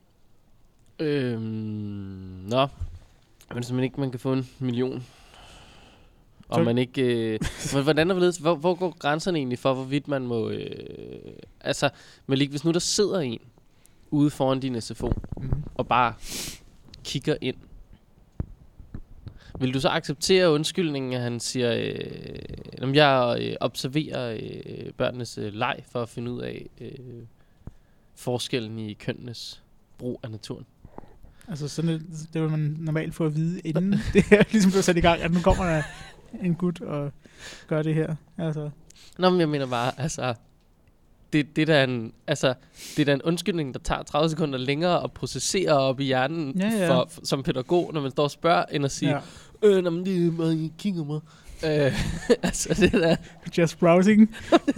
Nå. Men simpelthen ikke, man kan få 1 million. Og man ikke... hvordan er det? Hvor går grænserne egentlig for, hvorvidt man må... altså, Malik, hvis nu der sidder en ude foran din SFO, og bare kigger ind, vil du så acceptere undskyldningen, at han siger, jeg observerer børnenes leg for at finde ud af forskellen i kønnenes brug af naturen? Altså sådan det vil man normalt få at vide, inden det her ligesom blev sat i gang, at nu kommer der en gut og gør det her. Altså. Nå, men jeg mener bare, altså... Det er da en undskyldning, der tager 30 sekunder længere at processere op i hjernen som pædagog, når man står og spørger, end at sige, men det er bare, jeg kigger mig. Altså, det der... Just browsing.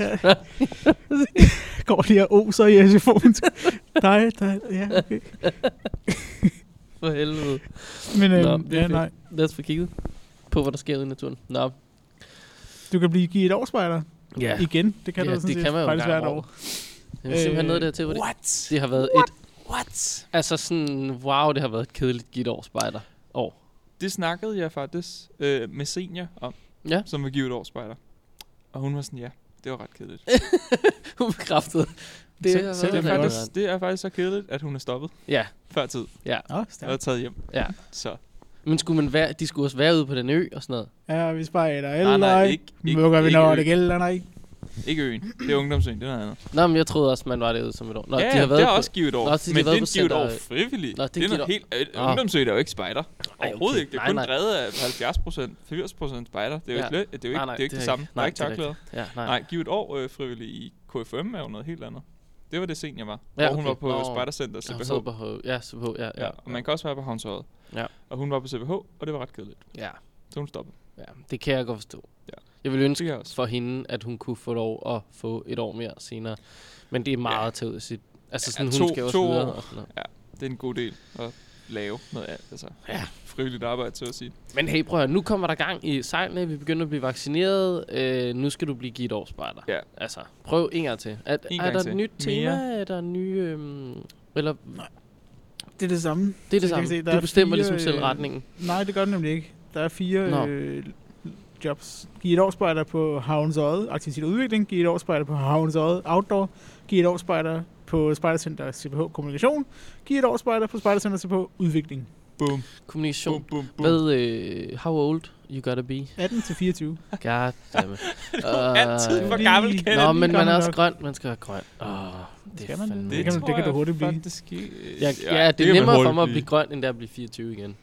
Går lige og oser i SFO'en. Nej, ja, okay. For helvede. Men, nej. Lad os få kigget på, hvad der sker ude i naturen. Nå. Du kan give et årspejder. Ja. Igen. Det kan du sådan set faktisk hvert år. Jeg vil simpelthen noget der til, hvor What? det har været What? Altså sådan, wow, det har været et kedeligt Gitte-årsspejder. Det snakkede jeg faktisk med Senior om, som vil give et årsspejder. Og hun var sådan, ja, det var ret kedeligt. Hun bekræftede. Det er faktisk så kedeligt, at hun er stoppet. Ja. Før tid. Ja. Og er taget hjem. Ja. Så. Men de skulle også være ude på den ø og sådan noget. Ja, vi spejder eller nej, ikke mukker vi når det gælder, nej. Ikke øen. Det er ungdomsøen, det er noget andet. Nå, men jeg troede også, man var derude som et år. Nå, ja, de har været det har også givet et år. Nå, men det er givet et år frivilligt. Nå, det er noget helt... Ungdomsøen er jo ikke spejder. Overhovedet ikke. Det er kun drevet af 70%, 80% spejder. Det er jo ikke det samme. Der er ikke tørklæder. Nej, giv et år frivilligt i KFM er jo noget helt andet. Det var det Senior var. Ja, og hun var på Spejdercenter CPH. CPH, ja. Og man kan også være på Havnsøjet. Ja. Og hun var på CPH, og det var ret kedeligt. Ja. Så hun stoppede. Ja, det kan jeg godt forstå. Ja. Jeg vil ønske for hende, at hun kunne få lov at få et år mere senere. Men det er meget at tage ud af sit... Altså sådan, hun skal også videre og sådan noget. Ja, det er en god del at lave noget af. Altså, frivilligt arbejde, så at sige. Men hey, prøv at nu kommer der gang i sejlene. Vi begynder at blive vaccineret. Nu skal du blive givet årsspejder. Ja. Altså, prøv en gang til. Er der et nyt tema? Er der nye... eller... Nej. Det er det samme. Det er det samme. Du bestemmer ligesom selv retningen. Nej, det gør det nemlig ikke. Der er 4 jobs. Giv et årsspejder på Havns Odde, aktivitet og udvikling. Giv et årsspejder på Havns Odde, outdoor. Giv et årsspejder på Spejdercenter CPH kommunikation. Giv et årsspejder på Spejdercenter CPH udvikling. Boom. Kommunikation. Boom. Hvad, how old you gotta be? 18 til 24. Goddammit. Altid for gammel kender. Nå, men man er også grøn. Man skal være grøn. Det kan man. Det kan du hurtigt blive. Ja, det er nemmere for mig at blive grøn, end det at blive 24 igen.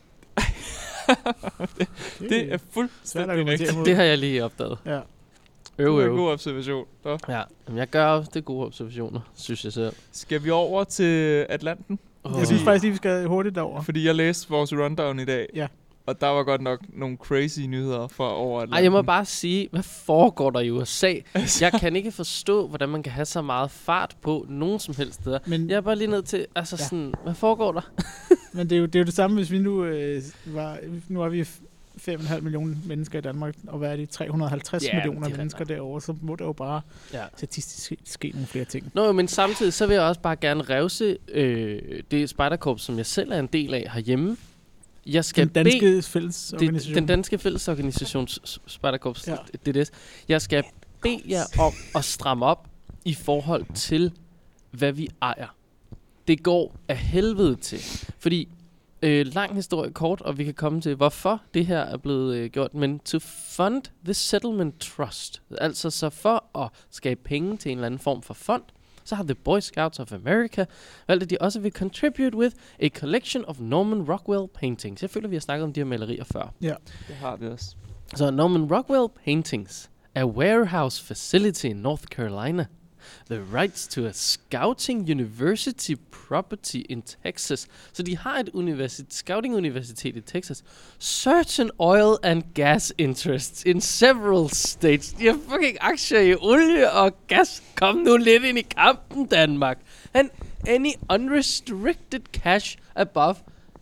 Det er fuldstændig rigtigt. Det har jeg lige opdaget. Ja. Det er en god observation. Ja, men jeg gør også det gode observationer, synes jeg selv. Skal vi over til Atlanten? Jeg synes faktisk lige, vi skal hurtigt derover. Fordi jeg læste vores rundown i dag. Ja. Og der var godt nok nogle crazy nyheder fra over Atlanten. Ej, jeg må bare sige, hvad foregår der i USA? Jeg kan ikke forstå, hvordan man kan have så meget fart på nogen som helst steder. Men jeg er bare lige nødt til, sådan, hvad foregår der? Men det er jo det samme, hvis vi nu er vi 5,5 millioner mennesker i Danmark, og hvad er det, 350 millioner mennesker derovre, så må der jo bare statistisk ske nogle flere ting. Nå, men samtidig så vil jeg også bare gerne revse det spejderkorps, som jeg selv er en del af herhjemme. Jeg skal den danske fællesorganisation. Den danske fællesorganisations spejderkorps, DDS. Jeg skal bede jer om at stramme op i forhold til, hvad vi ejer. Det går af helvede til. Fordi, lang historie kort, og vi kan komme til, hvorfor det her er blevet gjort. Men to fund the settlement trust, altså så for at skabe penge til en eller anden form for fond, så har The Boy Scouts of America valgt, at de også vil contribute with a collection of Norman Rockwell paintings. Jeg føler, vi har snakket om de her malerier før. Ja, det har vi også. Så Norman Rockwell paintings, a warehouse facility in North Carolina, the rights to a scouting university property in Texas. Så de har et scouting universitet i Texas. Certain oil and gas interests in several states. De har fucking aktier i olie og gas. Kom nu lidt ind i kampen, Danmark. And any unrestricted cash above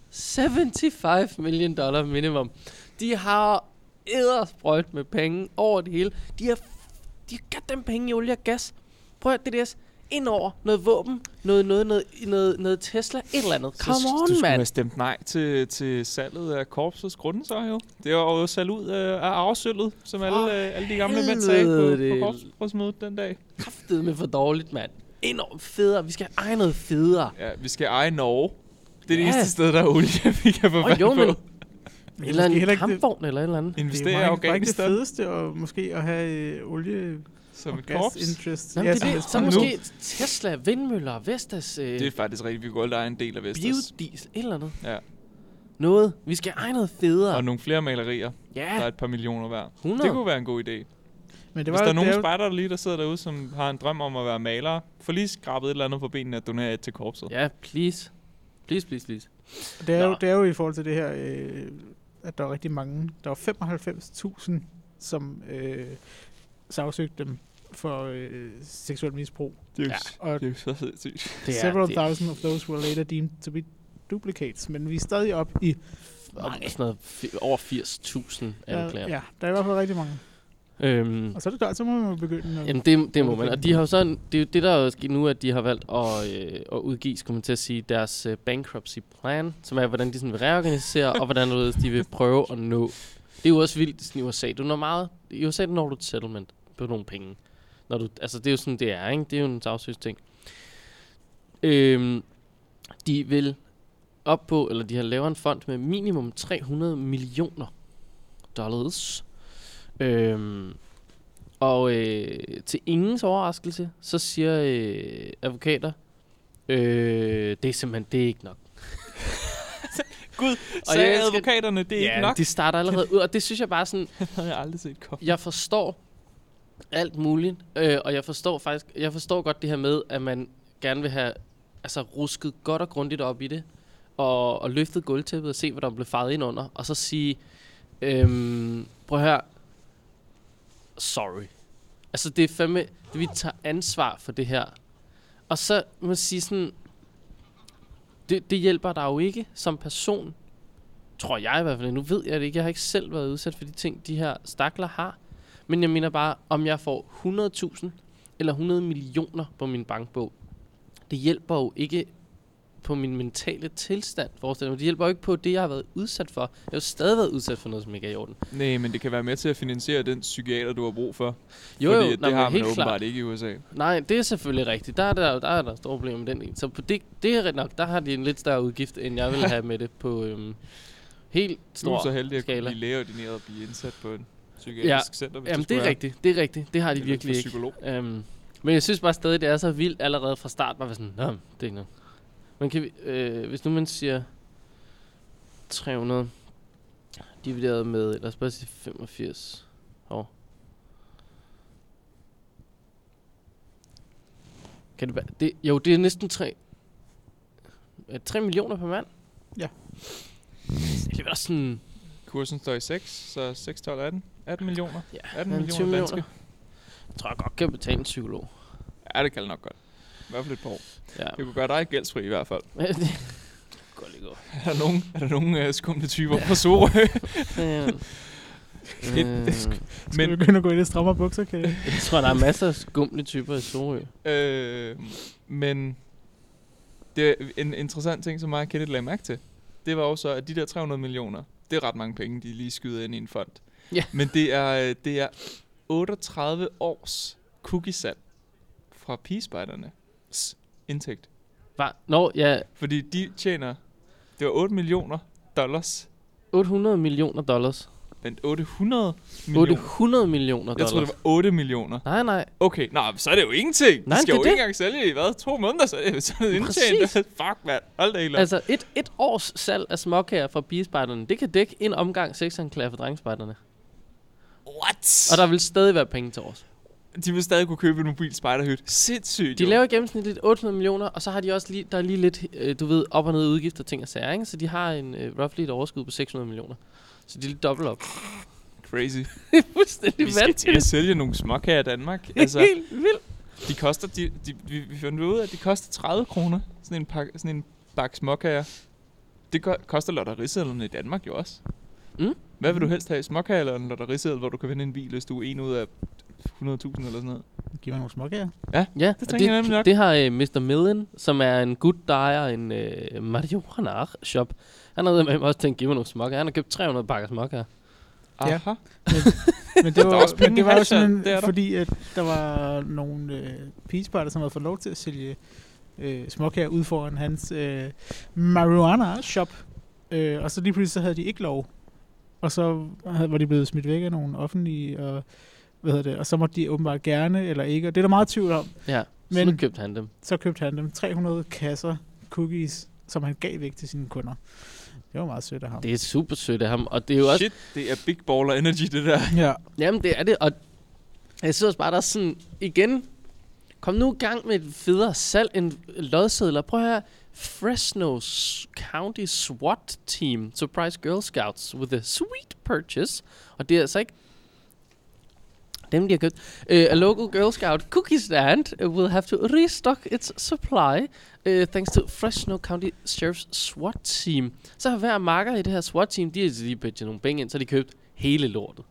$75 million minimum. De har eddersprøjt med penge over det hele. De har gat dem penge i olie og gas. Prøv at det ind over noget våben, noget Tesla, et eller andet. Come on, man. Du skulle have stemt nej til salget af korpsets grunde, så jo. Det var jo salg ud af arvesølvet, som alle de gamle mænd sagde på korpsmødet den dag. Kraftede med for dårligt, mand. Enormt federe. Vi skal eje noget federe. Ja, vi skal eje Norge. Det er det eneste sted, der er olie, vi kan få fat på. Eller en kampvogn eller et eller andet. Investere i Afghanistan. Det fedeste og måske at have olie som et korps. Jamen, så måske Tesla, vindmøller, Vestas. Det er faktisk rigtigt. Vi kunne godt eje en del af Vestas. Biodiesel, et eller andet. Ja. Noget. Vi skal eje noget federe. Og nogle flere malerier. Ja. Der er et par millioner hver. 100. Det kunne være en god idé. Men hvis der er nogen spejdere lige, der sidder derude, som har en drøm om at være malere, få lige skrabet et eller andet på benene at donere et til korpset. Ja, please. Please. Det er jo i forhold til det her, at der er rigtig mange. Der var 95.000, som sagsøgte dem for seksuel misbrug. Det er jo så sindssygt. Several thousand of those were later deemed to be duplicates, men vi er stadig op i sådan noget over 80.000 anklager. Ja, der er i hvert fald rigtig mange. Og så er det klart, så må man begynde. Jamen det må man. Og de har jo sådan, det er jo det, der er sket nu, at de har valgt at udgive, skal man til at sige, deres bankruptcy plan, som er, hvordan de sådan vil reorganisere, og hvordan de vil prøve at nå. Det er jo også vildt i USA. I USA når du et settlement på nogle penge. Altså det er jo sådan, det er, ikke? Det er jo en sagsøgt ting. De vil op på, eller de har lavet en fond med minimum $300 million. Og til ingens overraskelse, så siger advokater, det er simpelthen, det er ikke nok. Gud, sagde advokaterne, det er ikke nok? De starter allerede ud, og det synes jeg bare sådan, har jeg aldrig set komme. Jeg forstår alt muligt, og jeg forstår godt det her med, at man gerne vil have rusket godt og grundigt op i det, og løftet gulvtæppet og se, hvad der blev faret ind under, og så sige, prøv at høre, sorry. Altså det er fandme, vi tager ansvar for det her. Og så må jeg sige sådan, det hjælper dig jo ikke som person, tror jeg i hvert fald. Nu ved jeg det ikke, jeg har ikke selv været udsat for de ting, de her stakler har. Men jeg mener bare, om jeg får 100.000 eller 100 millioner på min bankbog, det hjælper jo ikke på min mentale tilstand, forestil mig. Det hjælper jo ikke på det, jeg har været udsat for. Jeg har jo stadig været udsat for noget, som ikke er i orden. Nej, men det kan være med til at finansiere den psykiater, du har brug for. Jo, fordi det har man åbenbart ikke i USA. Nej, det er selvfølgelig rigtigt. Der er der store problemer med den del. Så på det er ret nok, der har de en lidt større udgift, end jeg vil have med det på helt stor skala. Du er så heldig at blive lægeordineret og blive indsat på en psykiatrisk center. Jamen, det er rigtigt. Det har de virkelig ikke. Men jeg synes bare stadig, det er så vildt allerede fra start. Bare sådan, det er ikke noget. Men kan vi, hvis nu man siger 300 divideret med, lad os bare sige 85 år. Kan det være, det er næsten 3 millioner per mand. Ja. Det er sådan... Kursen står i 6, så 6, 12, 18 millioner. Ja, 18 millioner danske. Jeg tror jeg godt kan betale en psykolog. Ja, det kan nok godt. I hvert fald et par år. Ja. Det kunne gøre dig gældsfri i hvert fald. Godt lige godt. Er der nogen skumle typer på Sorø? Skal vi begynde at gå i det strammere bukser, kan jeg? Jeg tror, der er masser af skumle typer i Sorø. Men det er en interessant ting, som mig og Kenneth lagde mærke til. Det var også, at de der 300 millioner, det er ret mange penge, de lige skyder ind i en fond. Ja. Men det er 38 års cookiesalg fra pigespejderne indtægt. Ja. Fordi de tjener, det var $8 millioner. $800 millioner. Men 800 millioner? 800 millioner. Jeg tror det var 8 millioner. Nej. Okay, så er det jo ingenting. Nej, de skal jo ikke engang sælge i, 2 måneder, så er det indtjent. Fuck, mand. Hold da helt op. Altså, et års salg af småkager fra pigespejderne, det kan dække en omgang sexanklager for drengspejderne. What? Og der vil stadig være penge til års. De vil stadig kunne købe en mobil spejderhytte. Sindssygt. De laver gennemsnitligt 800 millioner, og så har de også der er lige lidt, op og ned udgifter, ting og sager, ikke? Så de har roughly et overskud på 600 millioner. Så de er lidt dobbelt op. Crazy. Det er fuldstændig vanvittigt. Vi skal til at sælge nogle småkager i Danmark. Altså, helt vildt. De koster, vi fandt ud af, at de koster 30 kroner. Sådan en bakke småkager. Det koster lotterisedlerne i Danmark jo også. Hvad vil du helst have? Småkager eller en lotteriseddel, hvor du kan vinde en bil, hvis du er en ud af 100.000 eller sådan noget? Giver nogle småkager? Ja, det tænker jeg nemlig nok. Det har Mr. Millen, som er en gut, der ejer en marihuana-shop. Han har med også tænkt, giv mig nogle småkager. Han har købt 300 pakker småkager. Aha. Men det var jo sådan, fordi at der var nogle pigespejder, som havde fået lov til at sælge småkager ud foran hans marihuana-shop. Og så lige pludselig så havde de ikke lov. Og så var de blevet smidt væk af nogle offentlige, og så måtte de åbenbart gerne eller ikke. Og det er der meget tvivl om. Ja, men så købte han dem. Så købte han dem. 300 kasser cookies, som han gav væk til sine kunder. Det var meget sødt af ham. Det er super sødt af ham. Og det er jo også... Shit, det er big baller energy, det der. Ja. Jamen, det er det. Og jeg synes også bare, der er sådan... Igen, kom nu i gang med et federe salg end lodsedler. Prøv at høre. Fresno County SWAT Team surprise Girl Scouts with a sweet purchase. Og det er altså ikke dem, de har købt. A local Girl Scout cookie stand will have to restock its supply thanks to Fresno County Sheriff's SWAT Team. Så har hver marker i det her SWAT Team, de har lige pitchet nogle penge ind, så de købt hele lortet.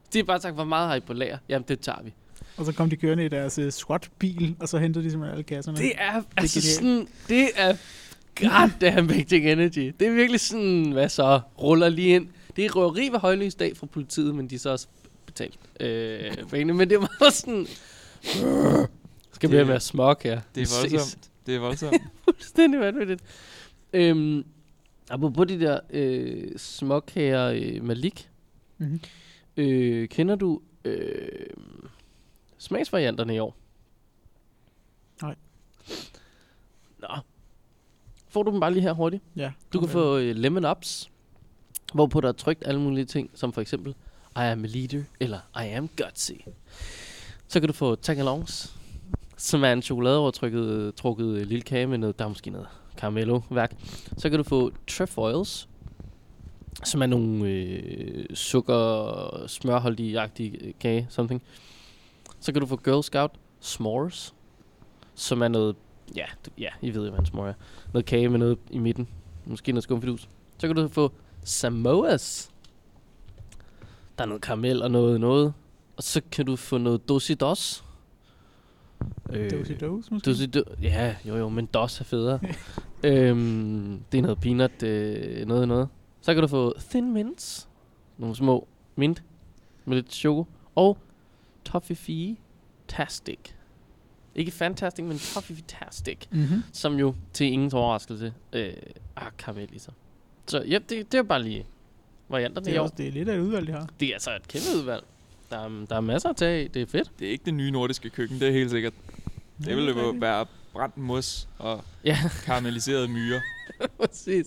De har bare sagt, hvor meget har I på lager? Jamen, det tager vi. Og så kom de kørende i deres SWAT-bil, og så hentede de simpelthen alle kasserne. Det er altså sådan, det er goddamn Big Energy. Det er virkelig sådan, hvad så, ruller lige ind. Det er røveri ved højlysdag fra politiet, men de er så også betalt pengene. Men det er meget sådan, skal vi have med smok her. Det er voldsomt. Det er voldsomt. Fuldstændig vanvittigt. Apropos de der småkager Malik. Mm-hmm. Kender du smagsvarianterne i år? Nej. Nå. Får du dem bare lige her hurtigt? Ja. Du kan få lemon ups, hvorpå der er trykt alle mulige ting, som for eksempel I am a leader, eller I am gutsy. Så kan du få tagalongs, som er en chokoladeovertrukket lille kage med noget, der er måske noget caramello-værk. Så kan du få trefoils, som er nogle sukker-smørholdige-agtige kage, something. Så kan du få Girl Scout s'mores, som er noget, ja, I ved jo, hvad en s'more er. Noget kage med noget i midten. Måske noget skumfidus. Så kan du få Samoas. Der er noget karamel og noget. Og så kan du få noget Dosidos. Dosidos måske? Ja, jo, men Dos er federe. Det er noget peanut, noget. Så kan du få Thin Mints. Nogle små mint med lidt choco. Og Toffee-tastic. Ikke fantastic, men Toffee-tastic. Mm-hmm. Som jo til ingens overraskelse karamel i sig. Så ja, det er bare lige varianterne i år. Det er lidt af et udvalg, de har. Det er altså et kæmpe udvalg. Der er masser at tage. Det er fedt. Det er ikke det nye nordiske køkken, det er helt sikkert. Det vil jo være brændt mos og karamelliserede myrer. Præcis.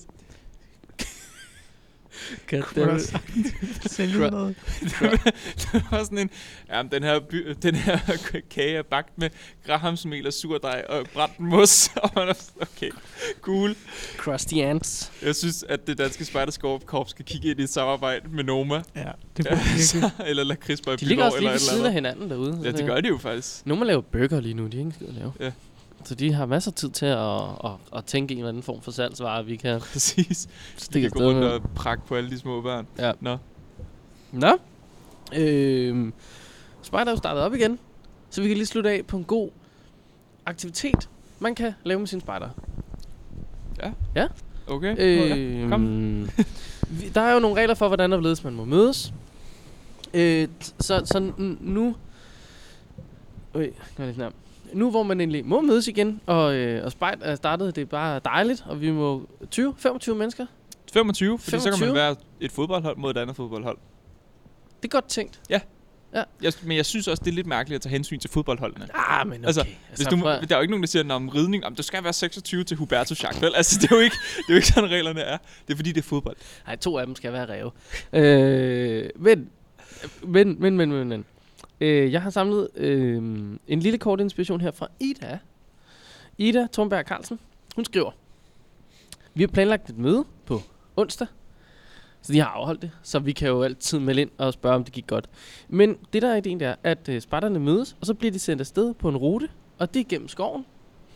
Kunne der sælge noget? Det var sådan en, den her kage er bagt med grahamsmel og surdej og brændt mos. Okay, cool. Crusty ants. Jeg synes, at det danske spejderkorps skal kigge ind i et samarbejde med Noma. Ja, det er eller Lakridsborg de ligger også lige ved siden af hinanden derude. Ja, det gør de jo faktisk. Noma laver burger lige nu, de er ikke skide at lave. Ja. Så de har masser af tid til at tænke en eller anden form for salgsvare, vi kan præcis. stikke gå rundt og prakke på alle de små børn. Ja. Nå. Spejder er jo startet op igen, så vi kan lige slutte af på en god aktivitet, man kan lave med sine spejder. Ja? Okay. Kom. Der er jo nogle regler for, hvordan og hvorledes man må mødes. Så nu... Nu hvor man endelig må mødes igen, og spejt er startet, det er bare dejligt, og vi må 25 mennesker. 25, fordi så kan man være et fodboldhold mod et andet fodboldhold. Det er godt tænkt. Ja. Men jeg synes også, det er lidt mærkeligt at tage hensyn til fodboldholdene. Men okay. Altså, der er jo ikke nogen, der siger, om ridning, du skal være 26 til Hubertus Schack, vel? Altså, det er jo ikke sådan, reglerne er. Det er fordi, det er fodbold. Nej, 2 af dem skal være ræve. Men. Jeg har samlet en lille kort inspiration her fra Ida Thornberg Carlsen. Hun skriver: Vi har planlagt et møde på onsdag, så de har afholdt det, så vi kan jo altid melde ind og spørge, om det gik godt. Men det der er ideen, der er, at spejderne mødes, og så bliver de sendt afsted på en rute, og det er gennem skoven.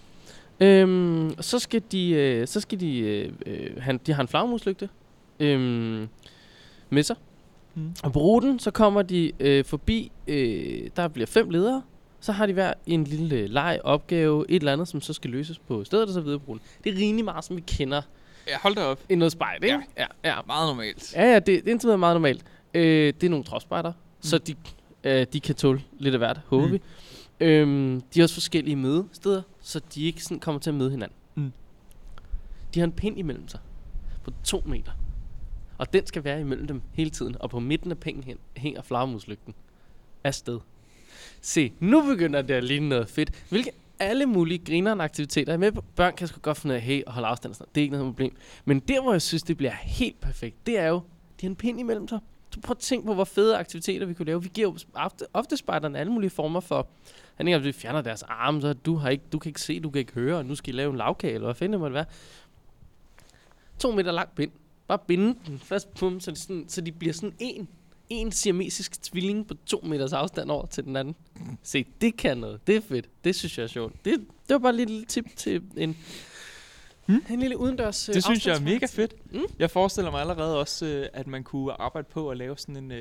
Så skal de har en flagmuslygte med sig. Og på ruten, så kommer de forbi, der bliver 5 ledere, så har de hver en lille leg, opgave, et eller andet, som så skal løses på stedet og så videre på ruten. Det er rimelig meget, som vi kender. Ja, hold da op. I noget spejt, ikke? Ja, meget normalt. Ja, det er indtil videre meget normalt. Det er nogle tropspejder, så de kan tåle lidt af hvert, håber vi. De har også forskellige mødesteder, så de ikke sådan kommer til at møde hinanden. De har en pind imellem sig på 2 meter. Og den skal være imellem dem hele tiden. Og på midten af pinden hænger flagermuslygten afsted. Se, nu begynder det at ligne noget fedt. Hvilke alle mulige grinerende aktiviteter med børn kan sgu godt finde af, hey, og holde afstand og sådan noget. Det er ikke noget problem. Men der, hvor jeg synes, det bliver helt perfekt, det er jo, de har en pind imellem sig. Så prøv at tænke på, hvor fede aktiviteter vi kunne lave. Vi giver jo ofte spejderne alle mulige former for... at vi fjerner deres arme, så du kan ikke se, du kan ikke høre, og nu skal I lave en lavkage, eller hvad fanden det måtte være. 2 meter lang pind. Bare binde den fast på dem, så de bliver sådan en siamesisk tvilling på 2 meters afstand over til den anden. Se, det kan noget. Det er fedt. Det synes jeg er sjovt. Det var bare et lille tip til en lille udendørs det synes jeg er mega fedt. Jeg forestiller mig allerede også, at man kunne arbejde på at lave sådan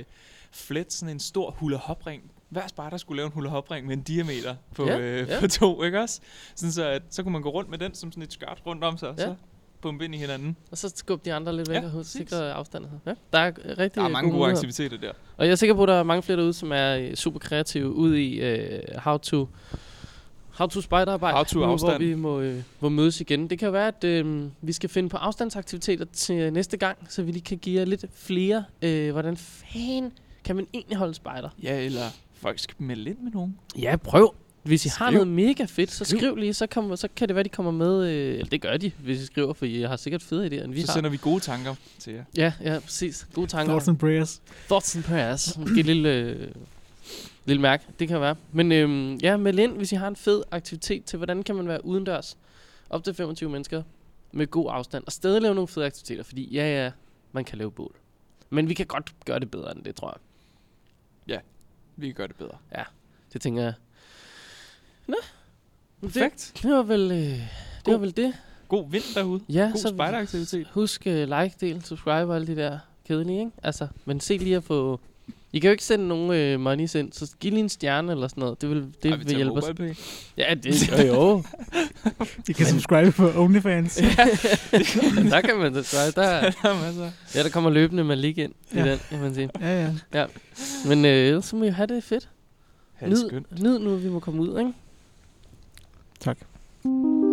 flette sådan en stor hula-hop-ring. Hver spejder skulle lave en hula-hop-ring med en diameter på 2, ikke også? Sådan så kunne man gå rundt med den som sådan et skørt rundt om sig, og så bumpe ind i hinanden. Og så skubbe de andre lidt væk og sikre afstanden. Ja, der er rigtig mange gode aktiviteter der. Og jeg er sikker på, at der er mange flere derude, som er super kreative ude i how to spejderarbejde, hvor vi må mødes igen. Det kan jo være, at vi skal finde på afstandsaktiviteter til næste gang, så vi lige kan give jer lidt flere. Hvordan fanden kan man egentlig holde spejder? Ja, eller folk skal melde ind med nogen. Ja, prøv. Hvis I har noget mega fedt, så skriv lige, så kan det være, de kommer med. Eller det gør de, hvis I skriver, for I har sikkert federe idéer, end vi har. Så sender vi gode tanker til jer. Ja, præcis. Gode tanker. Thoughts and prayers. Måske et lille mærke, det kan være. Men meld ind, hvis I har en fed aktivitet til, hvordan kan man være udendørs op til 25 mennesker med god afstand, og stadig lave nogle fede aktiviteter, fordi man kan lave bål. Men vi kan godt gøre det bedre end det, tror jeg. Ja, vi kan gøre det bedre. Ja, det tænker jeg. Nå, perfekt. Det var vel det. God vind derude. Ja, god spejderaktivitet. Husk like, del, subscribe og alle de der kedelige, ikke? Altså, men se lige at få... I kan jo ikke sende nogen money ind, så giv lige en stjerne eller sådan noget. Det vil hjælpe os. Ja, det jo. I kan subscribe på OnlyFans. Der kan man subscribe. Der kommer løbende Malik ind i den, kan man sige. Ja. Men så må I have det fedt. Nyd nu, vi må komme ud, ikke? Tak.